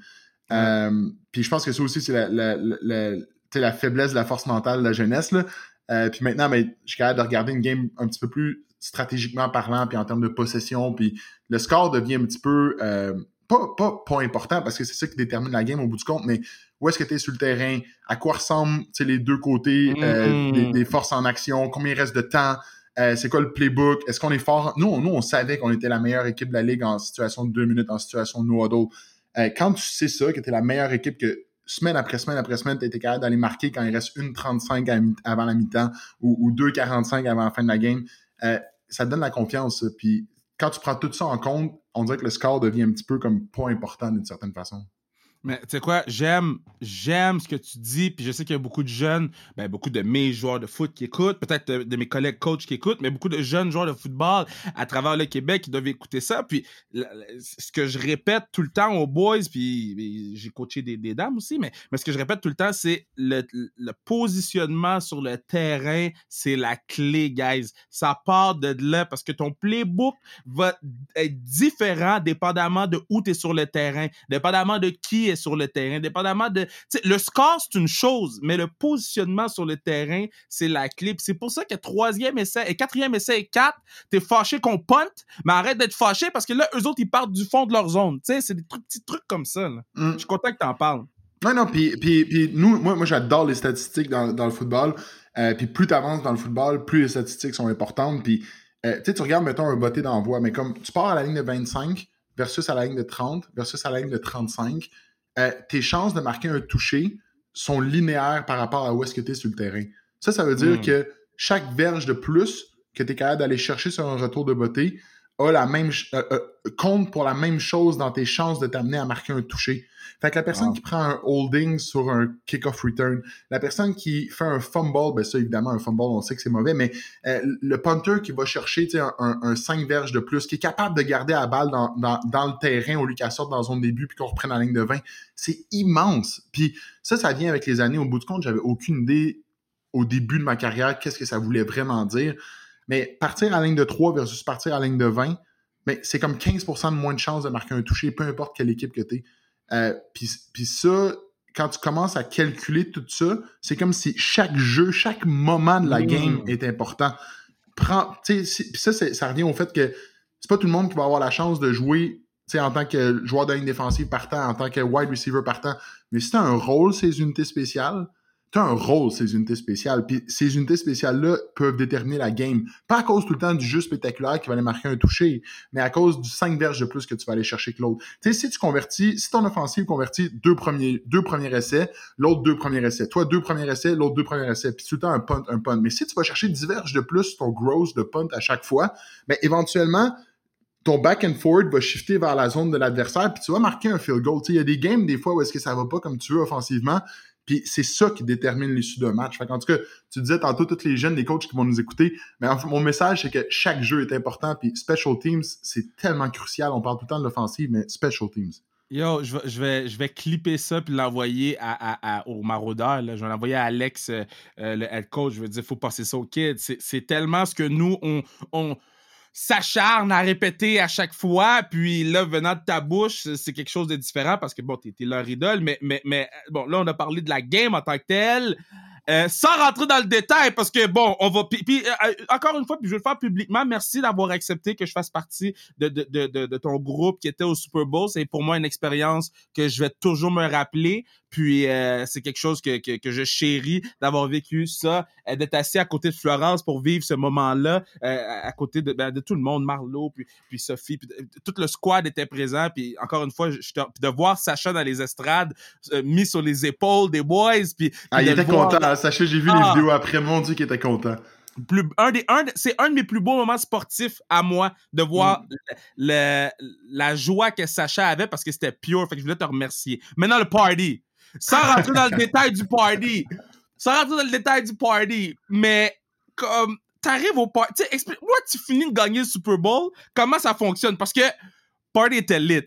Ouais. Euh, puis je pense que ça aussi, c'est la, la, la, la, la faiblesse de la force mentale de la jeunesse. Là. Euh, puis maintenant, ben, je suis capable de regarder une game un petit peu plus stratégiquement parlant, puis en termes de possession. Puis le score devient un petit peu... Euh, pas, pas, pas important, parce que c'est ça qui détermine la game au bout du compte, mais où est-ce que tu es sur le terrain? À quoi ressemblent les deux côtés euh, mm. des, des forces en action? Combien il reste de temps? Euh, c'est quoi le playbook? Est-ce qu'on est fort? Nous, nous, on savait qu'on était la meilleure équipe de la Ligue en situation de deux minutes, en situation de no huddle. Euh, quand tu sais ça, que tu es la meilleure équipe, que semaine après semaine après semaine, tu étais capable d'aller marquer quand il reste une trente-cinq avant la mi-temps ou, ou deux quarante-cinq avant la fin de la game, euh, ça te donne la confiance. Puis quand tu prends tout ça en compte, on dirait que le score devient un petit peu comme pas important d'une certaine façon. Mais tu sais quoi, j'aime, j'aime ce que tu dis, puis je sais qu'il y a beaucoup de jeunes, ben beaucoup de mes joueurs de foot qui écoutent, peut-être de, de mes collègues coachs qui écoutent, mais beaucoup de jeunes joueurs de football à travers le Québec qui doivent écouter ça. Puis le, le, ce que je répète tout le temps aux boys, puis, puis j'ai coaché des, des dames aussi, mais, mais ce que je répète tout le temps, c'est le, le positionnement sur le terrain, c'est la clé, guys. Ça part de là, parce que ton playbook va être différent dépendamment de où tu es sur le terrain, dépendamment de qui est sur le terrain, dépendamment de... Le score, c'est une chose, mais le positionnement sur le terrain, c'est la clé. Puis c'est pour ça que troisième essai et quatrième essai et quatre, t'es fâché qu'on punt, mais arrête d'être fâché parce que là, eux autres, ils partent du fond de leur zone. Tu sais, c'est des trucs, petits trucs comme ça. Là. Mm. Je suis content que t'en parles. Non, non, puis, puis, puis nous, moi, moi, j'adore les statistiques dans, dans le football. Euh, puis plus t'avances dans le football, plus les statistiques sont importantes. Puis, euh, tu sais, tu regardes, mettons, un botté d'envoi, mais comme tu pars à la ligne de vingt-cinq versus à la ligne de trente versus à la ligne de trente-cinq, Euh, tes chances de marquer un toucher sont linéaires par rapport à où est-ce que tu es sur le terrain. Ça, ça veut dire mmh. que chaque verge de plus que tu es capable d'aller chercher sur un retour de beauté a la même euh, euh, compte pour la même chose dans tes chances de t'amener à marquer un toucher. Fait que la personne oh. qui prend un holding sur un kick-off return, la personne qui fait un fumble, ben ça, évidemment, un fumble, on sait que c'est mauvais, mais euh, le punter qui va chercher un, un, un cinq verges de plus, qui est capable de garder la balle dans, dans, dans le terrain au lieu qu'elle sorte dans la zone début puis qu'on reprenne la ligne de vingt, c'est immense. Puis ça, ça vient avec les années. Au bout du compte, j'avais aucune idée au début de ma carrière qu'est-ce que ça voulait vraiment dire. Mais partir à la ligne de trois versus partir à la ligne de vingt, ben, c'est comme quinze pour cent de moins de chances de marquer un toucher, peu importe quelle équipe que tu es. Euh, puis, puis ça, quand tu commences à calculer tout ça, c'est comme si chaque jeu, chaque moment de la game mmh. est important. Prends, puis ça, c'est, ça revient au fait que c'est pas tout le monde qui va avoir la chance de jouer en tant que joueur de ligne défensive partant, en tant que wide receiver partant. Mais si tu as un rôle, ces unités spéciales, tu as un rôle, ces unités spéciales. Puis ces unités spéciales-là peuvent déterminer la game. Pas à cause tout le temps du jeu spectaculaire qui va aller marquer un toucher, mais à cause du cinq verges de plus que tu vas aller chercher que l'autre. Tu sais, si tu convertis, si ton offensive convertit deux premiers, deux premiers essais, l'autre deux premiers essais. Toi, deux premiers essais, l'autre deux premiers essais. Puis tout le temps un punt, un punt. Mais si tu vas chercher dix verges de plus ton gross de punt à chaque fois, ben éventuellement, ton back and forward va shifter vers la zone de l'adversaire, puis tu vas marquer un field goal. Il y a des games, des fois, où est-ce que ça va pas comme tu veux offensivement, puis c'est ça qui détermine l'issue d'un match. Fait qu'en tout cas, tu disais tantôt, tous les jeunes, les coachs qui vont nous écouter, mais en fait, mon message, c'est que chaque jeu est important, puis special teams, c'est tellement crucial. On parle tout le temps de l'offensive, mais special teams. Yo, je vais, je vais, je vais clipper ça puis l'envoyer à, à, à, au maraudeur. Là. Je vais l'envoyer à Alex, euh, le head coach. Je vais dire, il faut passer ça aux kids. C'est, c'est tellement ce que nous, on... on s'acharne à répéter à chaque fois, puis là, venant de ta bouche, c'est quelque chose de différent parce que, bon, t'es, t'es leur idole, mais, mais, mais bon, là, on a parlé de la game en tant que telle, euh, sans rentrer dans le détail, parce que, bon, on va... Puis, puis euh, encore une fois, puis je vais le faire publiquement, merci d'avoir accepté que je fasse partie de, de, de, de, de ton groupe qui était au Super Bowl. C'est pour moi une expérience que je vais toujours me rappeler, puis euh, c'est quelque chose que, que, que je chéris d'avoir vécu ça, euh, d'être assis à côté de Florence pour vivre ce moment-là, euh, à côté de, ben, de tout le monde, Marlo, puis, puis Sophie, puis tout le squad était présent, puis encore une fois, je, je, de voir Sacha dans les estrades, euh, mis sur les épaules des boys, puis... Ah, il était voir... content, hein, Sacha, j'ai vu ah. les vidéos après, mon Dieu, qu'il était content. Plus, un des, un, c'est un de mes plus beaux moments sportifs à moi, de voir mm. le, le, la joie que Sacha avait, parce que c'était pure, fait que je voulais te remercier. Maintenant, le party. Sans rentrer dans le détail du party. Sans rentrer dans le détail du party. Mais, comme, t'arrives au party. Tu sais, explique-moi, tu finis de gagner le Super Bowl, comment ça fonctionne? Parce que, party était lit.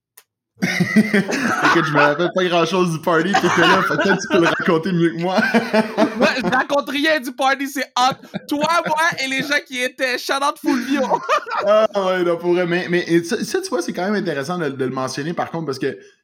Écoute, je me rappelle pas grand-chose du party, t'étais là, peut-être tu peux le raconter mieux que moi. Ouais, je raconte rien du party, c'est hot. Toi, moi et les gens qui étaient. Shout out Fulvio. Ah ouais, non, pour vrai. Mais, mais ça, ça, tu vois, c'est quand même intéressant de, de le mentionner, par contre, parce que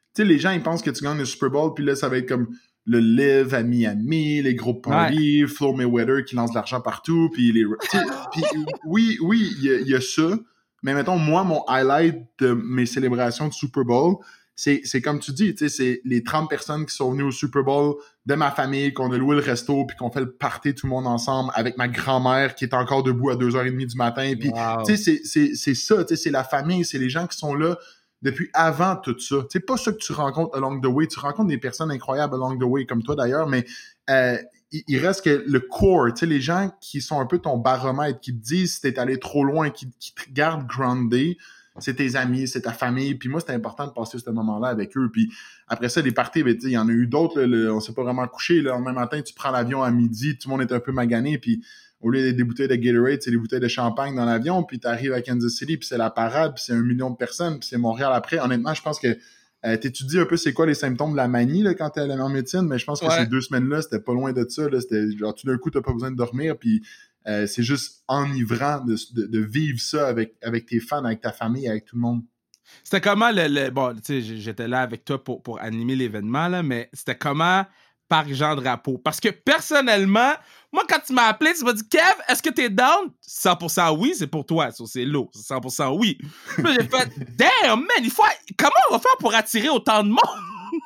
sais, les gens, ils pensent que tu gagnes le Super Bowl, puis là, ça va être comme le live à Miami, les gros parties, ouais. Flo Mayweather qui lance de l'argent partout, puis les... Puis oui, oui, il y, y a ça, mais mettons, moi, mon highlight de mes célébrations de Super Bowl, c'est, c'est comme tu dis, tu sais, c'est les trente personnes qui sont venues au Super Bowl de ma famille, qu'on a loué le resto, puis qu'on fait le party tout le monde ensemble, avec ma grand-mère qui est encore debout à deux heures trente du matin, puis wow. tu sais, c'est, c'est, c'est ça, tu sais, c'est la famille, c'est les gens qui sont là depuis avant tout ça. C'est pas ça que tu rencontres along the way. Tu rencontres des personnes incroyables along the way, comme toi d'ailleurs, mais euh, il, il reste que le core, tu sais, les gens qui sont un peu ton baromètre, qui te disent si t'es allé trop loin, qui, qui te gardent groundé, c'est tes amis, c'est ta famille. Puis moi, c'était important de passer ce moment-là avec eux. Puis après ça, les parties, ben, il y en a eu d'autres. Là, le, on s'est pas vraiment couché. Le lendemain matin, tu prends l'avion à midi, tout le monde est un peu magané, puis au lieu d'être des bouteilles de Gatorade, c'est des bouteilles de champagne dans l'avion, puis t'arrives à Kansas City, puis c'est la parade, puis c'est un million de personnes, puis c'est Montréal après. Honnêtement, je pense que euh, t'étudies un peu c'est quoi les symptômes de la manie là, quand t'es allé en médecine, mais je pense que ouais. ces deux semaines-là, c'était pas loin de ça. Là, c'était genre tout d'un coup, t'as pas besoin de dormir, puis euh, c'est juste enivrant de, de, de vivre ça avec, avec tes fans, avec ta famille, avec tout le monde. C'était comment le... le bon, tu sais, j'étais là avec toi pour, pour animer l'événement, là, mais c'était comment... par Jean Drapeau. Parce que personnellement, moi, quand tu m'as appelé, tu m'as dit « Kev, est-ce que t'es down? » cent pour cent oui, c'est pour toi. Ça, c'est lourd. C'est cent pour cent oui. Puis j'ai fait « Damn, man, il faut... comment on va faire pour attirer autant de monde? »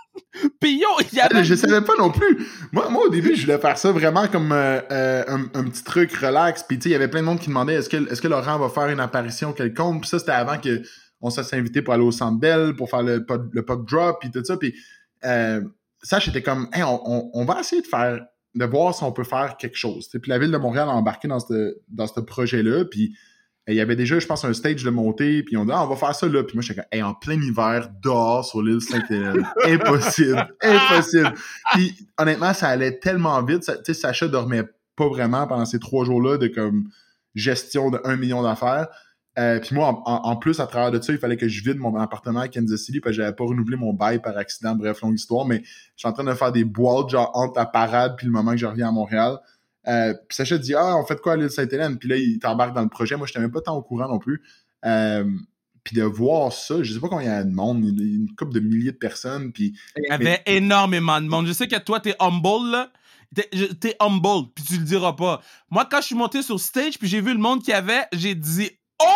Puis yo, il y avait... Je savais pas non plus. Moi, moi au début, je voulais faire ça vraiment comme euh, euh, un, un petit truc relax. Puis tu sais, il y avait plein de monde qui demandait « Est-ce que, est-ce que Laurent va faire une apparition quelconque? » Puis ça, c'était avant qu'on s'est invité pour aller au Centre Bell, pour faire le, le puck drop, puis tout ça. Puis... Euh, ça, j'étais comme, hey, on, on, on va essayer de faire, de voir si on peut faire quelque chose. T'sais. Puis la Ville de Montréal a embarqué dans ce dans ce projet-là, puis il y avait déjà, je pense, un stage de montée, puis on dit, ah, on va faire ça là. Puis moi, j'étais comme, hey, en plein hiver, dehors sur l'île Sainte-Hélène, impossible, impossible. Puis honnêtement, ça allait tellement vite, tu sais, Sacha dormait pas vraiment pendant ces trois jours-là de comme gestion de un million d'affaires. Euh, puis moi, en, en plus, à travers de ça, il fallait que je vide mon appartement à Kansas City parce que j'avais pas renouvelé mon bail par accident. Bref, longue histoire, mais je suis en train de faire des boîtes genre entre la parade puis le moment que je reviens à Montréal. Euh, puis Sacha dit « Ah, on fait de quoi à l'île Sainte-Hélène? » Puis là, il t'embarque dans le projet. Moi, je n'étais même pas tant au courant non plus. Euh, puis de voir ça, je sais pas combien il y a de monde, une couple de milliers de personnes. Puis, il y avait mais... énormément de monde. Je sais que toi, t'es humble, là. T'es, t'es humble, puis tu le diras pas. Moi, quand je suis monté sur stage puis j'ai vu le monde qu'il y avait, j'ai dit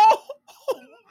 oh!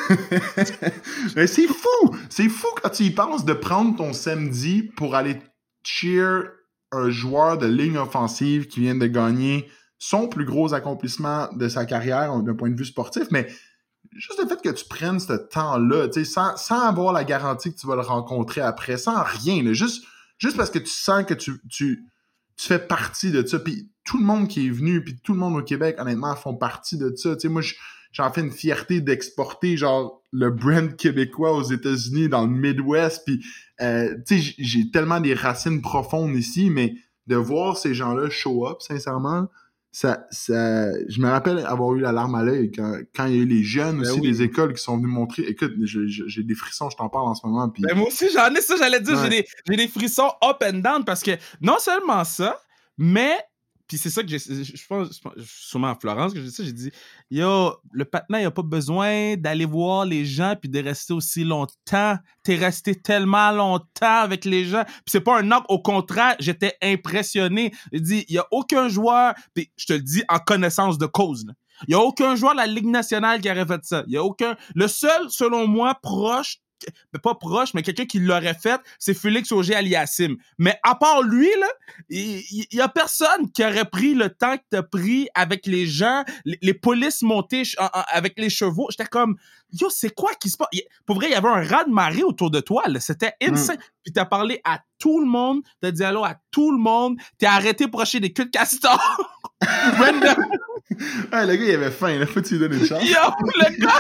Mais c'est fou! C'est fou quand tu y penses de prendre ton samedi pour aller cheer un joueur de ligne offensive qui vient de gagner son plus gros accomplissement de sa carrière d'un point de vue sportif, mais juste le fait que tu prennes ce temps-là, tu sais, sans, sans avoir la garantie que tu vas le rencontrer après, sans rien, là, juste, juste parce que tu sens que tu, tu, tu fais partie de ça, puis tout le monde qui est venu, puis tout le monde au Québec, honnêtement, font partie de ça, tu sais, moi, je j'en fais une fierté d'exporter genre le brand québécois aux États-Unis, dans le Midwest, puis euh, tu sais, j'ai tellement des racines profondes ici, mais de voir ces gens-là show up, sincèrement, ça, ça, je me rappelle avoir eu la larme à l'œil quand, quand il y a eu les jeunes ben aussi, oui. les écoles qui sont venus montrer. Écoute, j'ai, j'ai des frissons, je t'en parle en ce moment. Puis... Ben moi aussi, j'en ai ça, j'allais dire, ouais. j'ai, des, j'ai des frissons up and down parce que non seulement ça, mais puis c'est ça que j'ai, je pense, sûrement à Florence que j'ai dit ça, j'ai dit, yo, le patinet, il a pas besoin d'aller voir les gens puis de rester aussi longtemps. T'es resté tellement longtemps avec les gens. Puis c'est pas un knock, au contraire, j'étais impressionné. J'ai dit, il y a aucun joueur, puis je te le dis en connaissance de cause, là. Il y a aucun joueur de la Ligue nationale qui aurait fait ça. Il y a aucun, le seul, selon moi, proche, pas proche, mais quelqu'un qui l'aurait fait, c'est Félix Auger-Aliassime. Mais à part lui, là, il, il y a personne qui aurait pris le temps que t'as pris avec les gens, les, les polices montées en, en, avec les chevaux. J'étais comme, yo, c'est quoi qui se passe? Pour vrai, il y avait un raz-de-marée autour de toi, là. C'était insane. Mm. Puis t'as parlé à tout le monde, t'as dit allô à tout le monde, t'es arrêté pour acheter des queues de castor. Random. Ah, le gars, il avait faim, là. Faut que tu lui donnes une chance. Yo, le gars!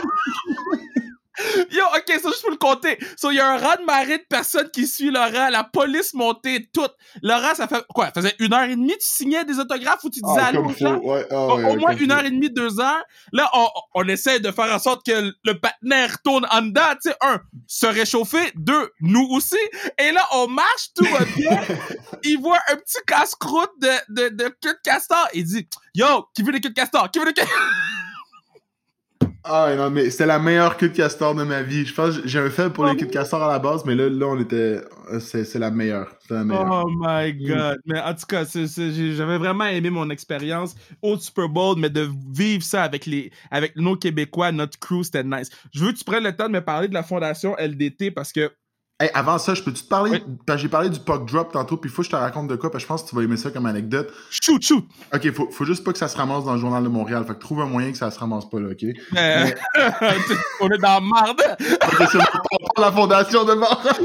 Yo, ok, ça, juste pour le compter. So, il y a un raz-de-marée de personnes qui suit Laurent, la police montée, tout. Laurent, ça fait, quoi, ça faisait une heure et demie, tu signais des autographes ou tu disais ah, allô aux gens? Ouais, oh, au, ouais, au moins une faut. heure et demie, deux heures. Là, on, on essaie de faire en sorte que le partenaire retourne en dedans, tu sais, un, se réchauffer, deux, nous aussi. Et là, on marche, tout va bien. Il voit un petit casse-croûte de, de, de queue de castor. Il dit, yo, qui veut des queues de castor? Qui veut des queues? Ah non, mais c'était la meilleure queue de castor de ma vie. Je pense que j'ai un faible pour les queues de castor à la base, mais là, là on était... C'est, c'est la meilleure. C'est la meilleure. Oh my God. Mais en tout cas, c'est, c'est, j'avais vraiment aimé mon expérience au Super Bowl, mais de vivre ça avec, les, avec nos Québécois, notre crew, c'était nice. Je veux que tu prennes le temps de me parler de la fondation L D T parce que Hey, avant ça, je peux-tu te parler? Oui. Parce que j'ai parlé du puck drop tantôt, puis il faut que je te raconte de quoi, parce que je pense que tu vas aimer ça comme anecdote. Shoot, shoot! Ok, faut, faut juste pas que ça se ramasse dans le Journal de Montréal. Fait que trouve un moyen que ça se ramasse pas là, ok? Mais... Mais... On est dans la marde! Ok, c'est bon, on parle de la fondation de Montréal!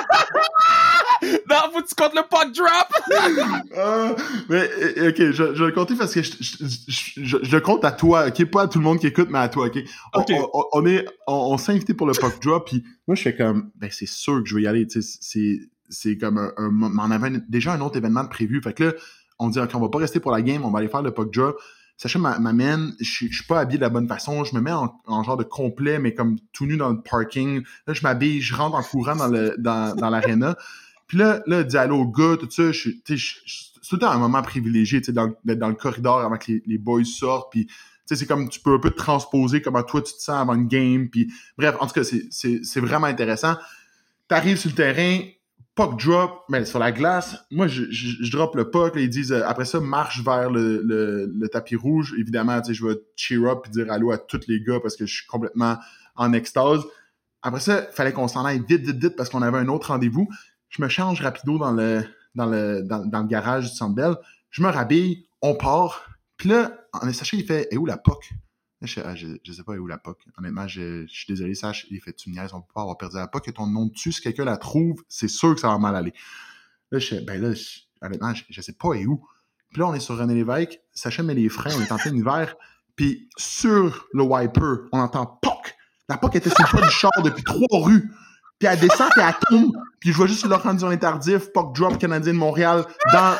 Non, faut que tu comptes le puck drop! euh, mais, ok, je, je vais le compter parce que je, je, je, je, je le compte à toi, ok? Pas à tout le monde qui écoute, mais à toi, ok? On, okay. on, on, est, on, on s'est invité pour le puck drop, puis moi, je fais comme, ben, c'est sûr que je vais y aller, tu sais, c'est, c'est comme un, un, on avait un, déjà un autre événement de prévu. Fait que là, on dit, ok, on va pas rester pour la game, on va aller faire le puck drop. Sacha m'amène, je suis pas habillé de la bonne façon, je me mets en, en genre de complet, mais comme tout nu dans le parking. Là, je m'habille, je rentre en courant dans le, dans, dans l'aréna. Puis là, là, dis allô au gars, tout ça, je, je, je, c'est tout le temps un moment privilégié, tu sais, dans, d'être dans le corridor avant que les, les boys sortent, puis tu sais, c'est comme, tu peux un peu te transposer comment toi tu te sens avant une game, puis bref, en tout cas, c'est, c'est, c'est vraiment intéressant. T'arrives sur le terrain, puck drop, mais sur la glace, moi, je, je, je drop le puck, là, ils disent, euh, après ça, marche vers le, le, le tapis rouge, évidemment, tu sais, je vais cheer up et dire allô à tous les gars parce que je suis complètement en extase. Après ça, il fallait qu'on s'en aille vite, vite, vite parce qu'on avait un autre rendez-vous. Je me change rapido dans le, dans le, dans, dans le garage du Centre Bell. Je me rhabille, on part. Puis là, en Sacha, il fait, est où la P O C? Là, je, ah, je, je sais pas, est où la P O C? Honnêtement, je, je suis désolé, Sacha. Il fait, tu me niaises, on peut pas avoir perdu la P O C. Et ton nom dessus, si quelqu'un la trouve, c'est sûr que ça va mal aller. Là, je fais, ben là, je, honnêtement, je, je sais pas, est où? Puis là, on est sur René Lévesque. Sacha met les freins, on est en plein hiver. Puis sur le wiper, on entend P O C. La P O C était sur le toit du char depuis trois rues. Puis elle descend, puis elle tombe, puis je vois juste Laurent Duvernay Tardif, puck drop Canadien de Montréal, dans,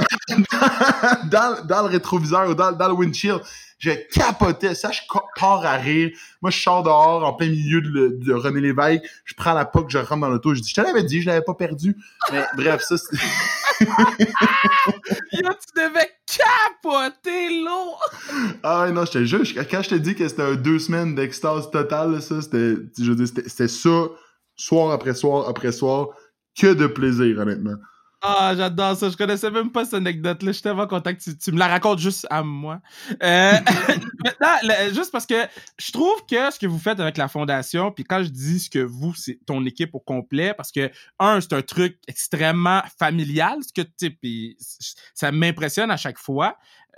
dans, dans, dans le rétroviseur ou dans, dans le windshield. Je capotais, ça, je pars à rire. Moi, je sors dehors, en plein milieu de, de René Lévesque, je prends la puck, je rentre dans l'auto, je dis, je te l'avais dit, je l'avais pas perdu. Mais bref, ça, c'est... Yo, tu devais capoter l'eau! Ah non, je te jure, quand je te dis que c'était un deux semaines d'extase totale, ça, c'était, je veux dire, c'était, c'était ça, soir après soir après soir, que de plaisir, honnêtement. Ah, j'adore ça. Je connaissais même pas cette anecdote-là. Je suis tellement content que tu, tu me la racontes juste à moi. Euh, maintenant, le, juste parce que je trouve que ce que vous faites avec la fondation, puis quand je dis ce que vous, c'est ton équipe au complet, parce que, un, c'est un truc extrêmement familial, ce que tu sais, puis ça m'impressionne à chaque fois.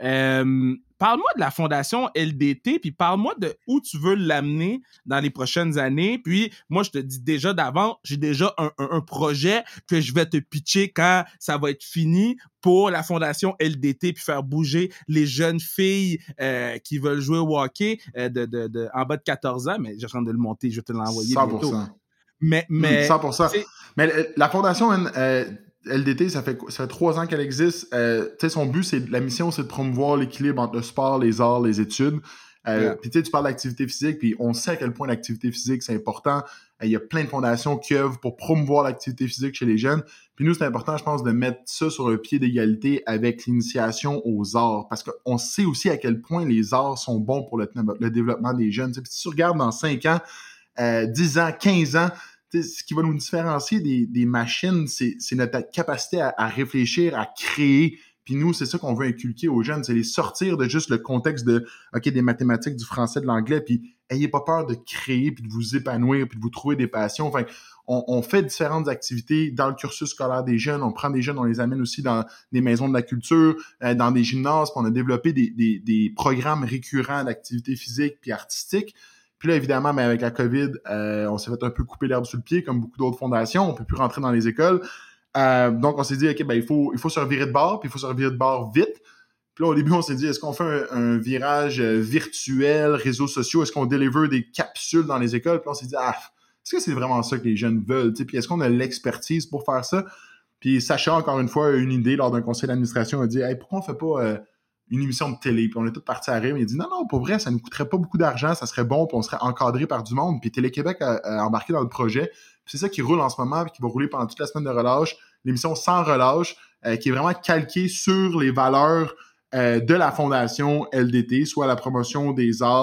Euh, parle-moi de la fondation L D T, puis parle-moi de où tu veux l'amener dans les prochaines années. Puis moi, je te dis déjà d'avant, j'ai déjà un, un, un projet que je vais te pitcher quand ça va être fini pour la fondation L D T, puis faire bouger les jeunes filles euh, qui veulent jouer au hockey euh, de, de, de, en bas de quatorze ans. Mais j'attends de le monter, je vais te l'envoyer cent pour cent. bientôt. Mais, mais, cent pour cent. Mais la fondation... Euh, L D T, ça fait, ça fait trois ans qu'elle existe. Euh, tu sais, son but, c'est la mission, c'est de promouvoir l'équilibre entre le sport, les arts, les études. Euh, yeah. Puis tu sais, tu parles d'activité physique, puis on sait à quel point l'activité physique, c'est important. Il euh, y a plein de fondations qui œuvrent pour promouvoir l'activité physique chez les jeunes. Puis nous, c'est important, je pense, de mettre ça sur un pied d'égalité avec l'initiation aux arts. Parce qu'on sait aussi à quel point les arts sont bons pour le, le développement des jeunes. T'sais, puis si tu regardes dans cinq ans, euh, dix ans, quinze ans, ce qui va nous différencier des, des machines, c'est, c'est notre capacité à, à réfléchir, à créer. Puis nous, c'est ça qu'on veut inculquer aux jeunes, c'est les sortir de juste le contexte de OK, des mathématiques, du français, de l'anglais, puis ayez pas peur de créer, puis de vous épanouir, puis de vous trouver des passions. Enfin, on, on fait différentes activités dans le cursus scolaire des jeunes. On prend des jeunes, on les amène aussi dans des maisons de la culture, euh, dans des gymnases, puis on a développé des, des, des programmes récurrents d'activité physique puis artistique. Puis là, évidemment, mais avec la COVID, euh, on s'est fait un peu couper l'herbe sous le pied, comme beaucoup d'autres fondations. On peut plus rentrer dans les écoles. Euh, donc, on s'est dit, OK, ben il faut, il faut se revirer de bord, puis il faut se revirer de bord vite. Puis là, au début, on s'est dit, est-ce qu'on fait un, un virage virtuel, réseaux sociaux? Est-ce qu'on délivre des capsules dans les écoles? Puis on s'est dit, ah, est-ce que c'est vraiment ça que les jeunes veulent? T'sais? Puis est-ce qu'on a l'expertise pour faire ça? Puis Sacha, encore une fois, a une idée lors d'un conseil d'administration, a dit, hey, pourquoi on fait pas... Euh, une émission de télé, puis on est tous partis à rire, mais il a dit non, non, pour vrai, ça nous coûterait pas beaucoup d'argent, ça serait bon, puis on serait encadré par du monde, puis Télé-Québec a, a embarqué dans le projet, puis c'est ça qui roule en ce moment, puis qui va rouler pendant toute la semaine de relâche, l'émission Sans relâche, euh, qui est vraiment calquée sur les valeurs euh, de la fondation L D T, soit la promotion des arts,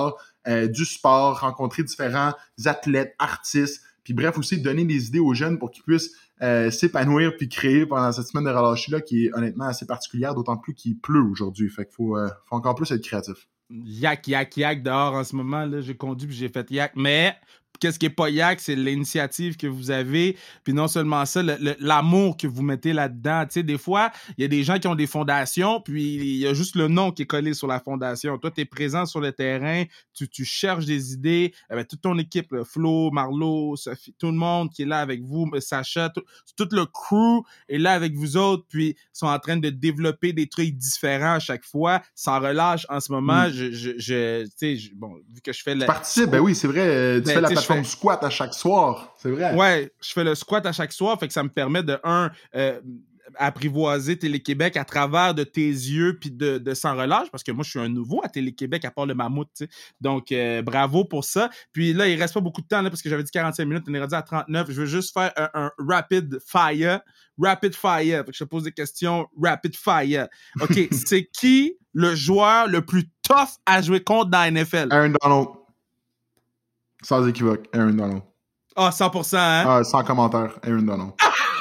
euh, du sport, rencontrer différents athlètes, artistes, puis bref, aussi donner des idées aux jeunes pour qu'ils puissent euh, s'épanouir puis créer pendant cette semaine de relâcher-là qui est honnêtement assez particulière, d'autant plus qu'il pleut aujourd'hui. Fait qu'il faut, euh, faut encore plus être créatif. Yak, yak, yak dehors en ce moment. Là, j'ai conduit puis j'ai fait yak. Mais qu'est-ce qui n'est pas yak, c'est l'initiative que vous avez. Puis non seulement ça, le, le, l'amour que vous mettez là-dedans. Tu sais, des fois, il y a des gens qui ont des fondations, puis il y a juste le nom qui est collé sur la fondation. Toi, tu es présent sur le terrain, tu, tu cherches des idées. Eh bien, toute ton équipe, là, Flo, Marlo, Sophie, tout le monde qui est là avec vous, Sacha, tout, tout le crew est là avec vous autres, puis sont en train de développer des trucs différents à chaque fois, sans relâche en ce moment. Mm. Je, je, je, tu sais, bon, vu que je fais le... Tu participes, ben oui, c'est vrai, tu ben, fais la plateforme fais... squat à chaque soir, c'est vrai. Ouais, je fais le squat à chaque soir, fait que ça me permet de, un, euh, apprivoiser Télé-Québec à travers de tes yeux puis de, de Sans Relâche, parce que moi, je suis un nouveau à Télé-Québec, à part le mammouth, tu sais. Donc, euh, bravo pour ça. Puis là, il reste pas beaucoup de temps, là, parce que j'avais dit quarante-cinq minutes, on est rendu à trente-neuf. Je veux juste faire un, un rapid fire. Rapid fire. Fait que je te pose des questions rapid fire. OK, c'est qui le joueur le plus tough à jouer contre dans la N F L? Aaron Donald. Sans équivoque, Aaron Donald. Ah, cent pour cent, hein? Ah, sans commentaire, Aaron Donald.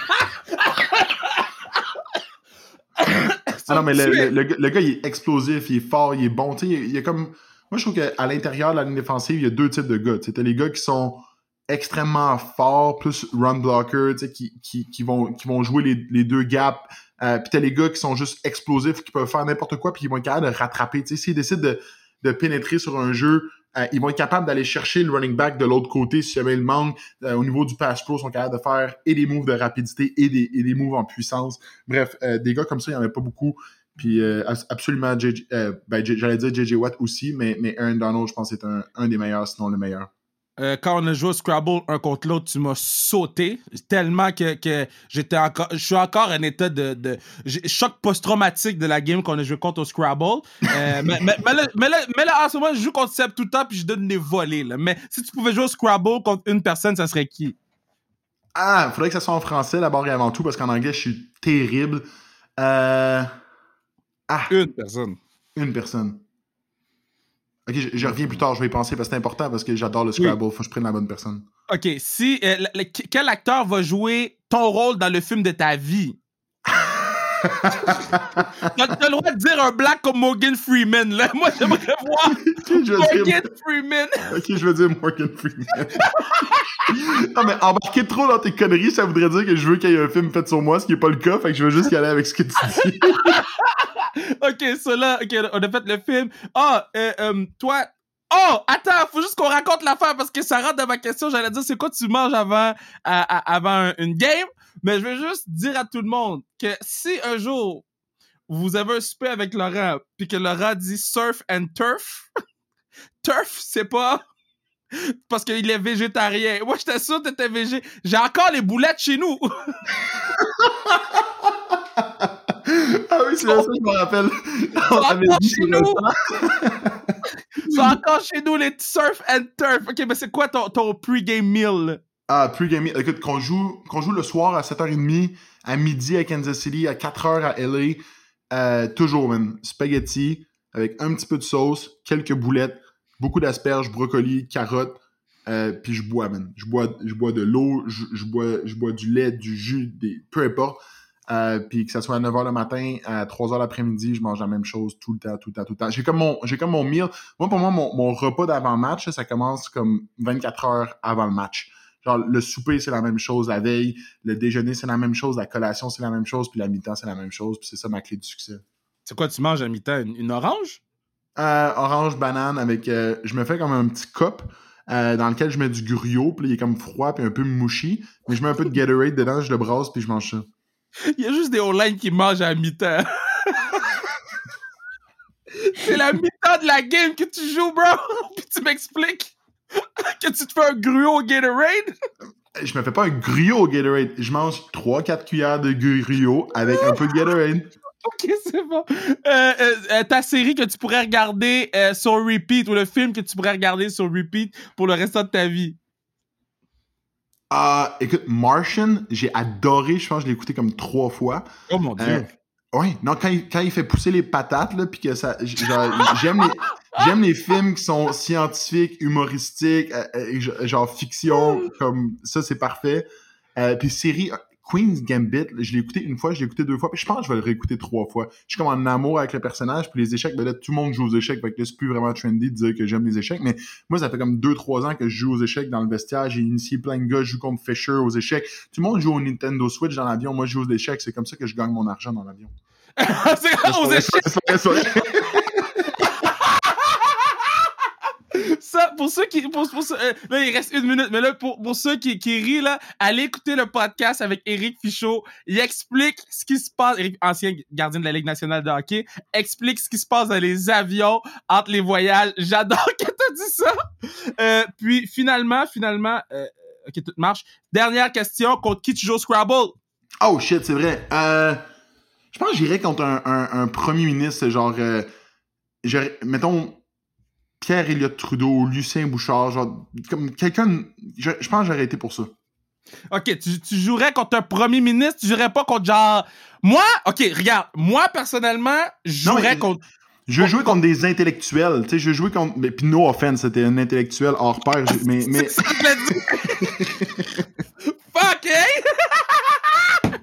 Ah non, mais le, le, le, le gars, il est explosif, il est fort, il est bon. Tu sais, il, il y a comme... Moi, je trouve qu'à l'intérieur de la ligne défensive, il y a deux types de gars. Tu sais, t'as les gars qui sont extrêmement forts, plus run blocker, tu sais, qui, qui, qui, vont, qui vont jouer les, les deux gaps. Euh, puis t'as les gars qui sont juste explosifs, qui peuvent faire n'importe quoi, puis ils vont être capables de rattraper. Tu sais, s'ils décident de, de pénétrer sur un jeu, euh, ils vont être capables d'aller chercher le running back de l'autre côté si jamais il manque. Euh, au niveau du pass pro, ils sont capables de faire et des moves de rapidité et des, et des moves en puissance. Bref, euh, des gars comme ça, il n'y en a pas beaucoup. Puis euh, absolument, J J, euh, ben, j'allais dire J J Watt aussi, mais, mais Aaron Donald, je pense que c'est un, un des meilleurs, sinon le meilleur. Euh, quand on a joué au Scrabble un contre l'autre, tu m'as sauté tellement que, que j'étais encore, je suis encore en état de, de choc post-traumatique de la game qu'on a joué contre au Scrabble. Euh, mais, mais, mais, là, mais, là, mais là, en ce moment, je joue contre Seb tout le temps puis je donne des volets. Là. Mais si tu pouvais jouer au Scrabble contre une personne, ça serait qui? Ah, il faudrait que ça soit en français d'abord et avant tout parce qu'en anglais, je suis terrible. Euh... Ah, une personne. Une personne. Ok, je, je reviens plus tard, je vais y penser parce que c'est important parce que j'adore le Scrabble, oui. Faut que je prenne la bonne personne. Ok, si euh, le, le, quel acteur va jouer ton rôle dans le film de ta vie? T'as le droit de dire un black comme Morgan Freeman, là. Moi, j'aimerais voir okay, Morgan dire... Freeman. Ok, je vais dire Morgan Freeman. Non, mais embarquer trop dans tes conneries, ça voudrait dire que je veux qu'il y ait un film fait sur moi, ce qui n'est pas le cas, fait que je veux juste y aller avec ce que tu dis. Ok, cela, ok, on a fait le film. Ah, oh, euh, euh, toi... Oh, attends, faut juste qu'on raconte l'affaire parce que ça rentre dans ma question. J'allais dire, c'est quoi tu manges avant, à, à, avant une game? Mais je veux juste dire à tout le monde que si un jour, vous avez un souper avec Laurent, puis que Laurent dit surf and turf, turf, c'est pas... parce qu'il est végétarien. Moi, j'étais sûr que t'étais végé. J'ai encore les boulettes chez nous. Ah oui, c'est ça, je me rappelle. On avait dit chez nous. C'est encore chez nous les surf and turf. Ok, mais c'est quoi ton, ton pre-game meal? Ah, pre-game meal. Écoute, qu'on joue, qu'on joue le soir à sept heures trente, à midi à Kansas City, à quatre heures à L A. Euh, toujours, man. Spaghetti avec un petit peu de sauce, quelques boulettes, beaucoup d'asperges, brocolis, carottes. Euh, puis je bois, man. Je bois, je bois de l'eau, je, je, bois, je bois du lait, du jus, des, peu importe. Euh, puis que ça soit à neuf heures le matin, à trois heures l'après-midi, je mange la même chose tout le temps, tout le temps, tout le temps. J'ai comme mon, j'ai comme mon meal. Moi, pour moi, mon, mon repas d'avant-match, ça commence comme vingt-quatre heures avant le match. Genre, le souper, c'est la même chose la veille. Le déjeuner, c'est la même chose. La collation, c'est la même chose. Puis la mi-temps, c'est la même chose. Puis c'est ça ma clé du succès. C'est quoi tu manges à mi-temps? Une, une orange? Euh, orange, banane avec... Euh, je me fais comme un petit cup euh, dans lequel je mets du gruau. Puis il est comme froid puis un peu mouchi. Mais je mets un peu de Gatorade dedans, je le brasse puis je mange ça. Il y a juste des O-line qui mangent à mi-temps. C'est la mi-temps de la game que tu joues, bro. Puis tu m'expliques que tu te fais un gruau au Gatorade. Je me fais pas un gruau au Gatorade. Je mange trois quatre cuillères de gruau avec un peu de Gatorade. Ok, c'est bon. Euh, euh, ta série que tu pourrais regarder euh, sur repeat ou le film que tu pourrais regarder sur repeat pour le restant de ta vie. Ah, uh, écoute, Martian, j'ai adoré. Je pense que je l'ai écouté comme trois fois. Oh mon Dieu. Euh, oui, non, quand il, quand il fait pousser les patates, là, puis que ça... Genre, j'aime les... J'aime les films qui sont scientifiques, humoristiques, euh, euh, genre fiction, comme ça, c'est parfait. Euh, puis série Queen's Gambit, je l'ai écouté une fois, je l'ai écouté deux fois, puis je pense que je vais le réécouter trois fois. Je suis comme en amour avec le personnage, puis les échecs, ben là, tout le monde joue aux échecs, fait que là, c'est plus vraiment trendy de dire que j'aime les échecs, mais moi, ça fait comme deux trois ans que je joue aux échecs dans le vestiaire, j'ai initié plein de gars, je joue contre Fisher aux échecs. Tout le monde joue au Nintendo Switch dans l'avion, moi, je joue aux échecs, c'est comme ça que je gagne mon argent dans l'avion. C'est aux échecs! C'est vrai, c'est vrai. Ça, pour ceux qui... Pour, pour ceux, euh, là, il reste une minute, mais là, pour, pour ceux qui, qui rient, là, allez écouter le podcast avec Éric Fichaud. Il explique ce qui se passe... Éric, ancien gardien de la Ligue nationale de hockey, explique ce qui se passe dans les avions, entre les voyages. J'adore que t'as dit ça! Euh, puis, finalement, finalement... Euh, OK, tout marche. Dernière question, contre qui tu joues au Scrabble? Oh, shit, c'est vrai. Euh... Je pense que j'irais contre un, un, un premier ministre, genre... Euh, mettons... Pierre Elliott Trudeau, Lucien Bouchard, genre, comme quelqu'un, je, je pense que j'aurais été pour ça. OK, tu, tu jouerais contre un premier ministre, tu jouerais pas contre genre... Moi, OK, regarde, moi, personnellement, je jouerais non, mais, contre... Je veux jouer contre des intellectuels, tu sais, je veux jouer contre... Mais, puis no offense, c'était un intellectuel hors pair, mais... mais... C'est ça que je l'ai dit! Fuck, hey!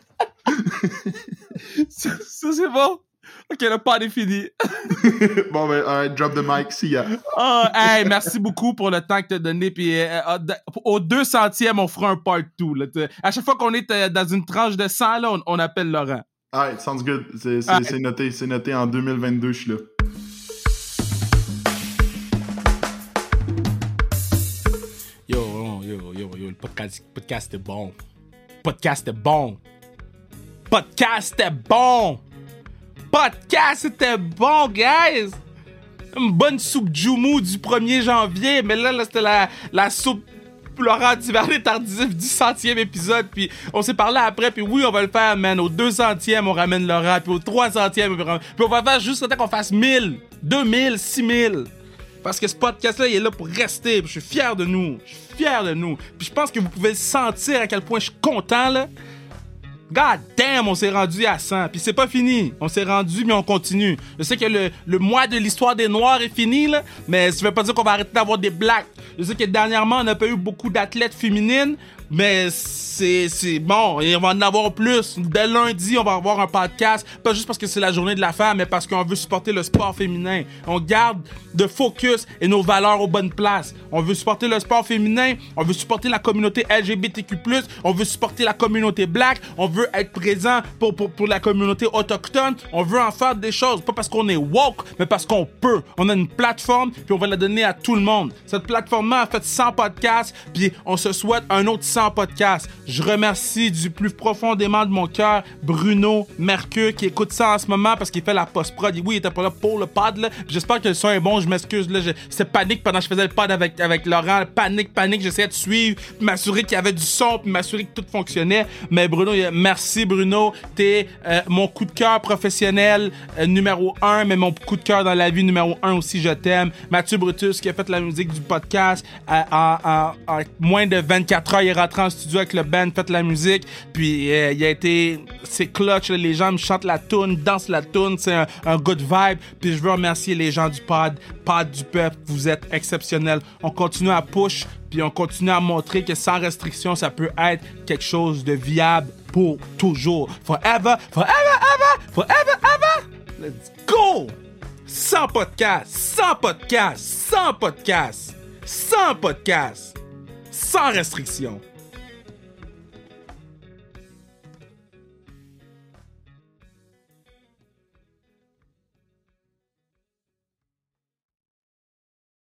ça, ça, c'est bon. OK, le pod est fini. Bon, ben, alright, drop the mic, see ya. Oh, hey, merci beaucoup pour le temps que t'as donné. Puis, euh, euh, au deux centième, on fera un part deux. Là. À chaque fois qu'on est euh, dans une tranche de cent, là, on, on appelle Laurent. Alright, sounds good. C'est, c'est, c'est noté. C'est noté en deux mille vingt-deux, je suis là. Yo, yo, yo, yo, le podcast, podcast est bon. Podcast est bon. Podcast est bon. Podcast, c'était bon, guys! Une bonne soupe Joumou du premier janvier, mais là, là c'était la, la soupe Laurent Duvernay tardif du centième épisode, puis on s'est parlé après, puis oui, on va le faire, man. Au deux centième, on ramène Laurent, puis au trois centième, puis on va faire juste temps qu'on fasse mille, deux mille, six mille. Parce que ce podcast-là, il est là pour rester, puis je suis fier de nous. Je suis fier de nous. Puis je pense que vous pouvez le sentir à quel point je suis content, là. God damn, on s'est rendu à cent. Puis c'est pas fini. On s'est rendu, mais on continue. Je sais que le, le mois de l'histoire des Noirs est fini, là, mais ça veut pas dire qu'on va arrêter d'avoir des blacks. Je sais que dernièrement, on n'a pas eu beaucoup d'athlètes féminines, mais c'est, c'est bon, et on va en avoir plus. Dès lundi, on va avoir un podcast, pas juste parce que c'est la journée de la femme, mais parce qu'on veut supporter le sport féminin. On garde de focus et nos valeurs aux bonnes places. On veut supporter le sport féminin, on veut supporter la communauté L G B T Q plus, on veut supporter la communauté black, on veut être présent pour, pour, pour la communauté autochtone, on veut en faire des choses, pas parce qu'on est woke, mais parce qu'on peut. On a une plateforme, puis on va la donner à tout le monde. Cette plateforme-là a fait cent podcasts, puis on se souhaite un autre cent podcasts. Je remercie du plus profondément de mon cœur Bruno Mercure qui écoute ça en ce moment parce qu'il fait la post-prod. Oui, il était pas là pour le pod, là. J'espère que le son est bon, je m'excuse, là. C'était panique pendant que je faisais le pod avec, avec Laurent. Panique, panique, j'essayais de suivre, puis m'assurer qu'il y avait du son, puis m'assurer que tout fonctionnait. Mais Bruno, merci Bruno. T'es euh, mon coup de cœur professionnel euh, numéro un, mais mon coup de cœur dans la vie numéro un aussi, je t'aime. Mathieu Brutus qui a fait la musique du podcast euh, en, en, en moins de vingt-quatre heures, il est rentré en studio avec le band, fait la musique, puis euh, il a été, c'est clutch, là, les gens me chantent la toune, dansent la toune, c'est un, un good vibe, puis je veux remercier les gens du pod, pod du peuple, vous êtes exceptionnels. On continue à push, puis on continue à montrer que sans restriction, ça peut être quelque chose de viable pour toujours. Forever, forever, ever, forever, ever. Let's go! cent podcasts, cent podcasts, cent podcasts, cent podcasts, sans restriction.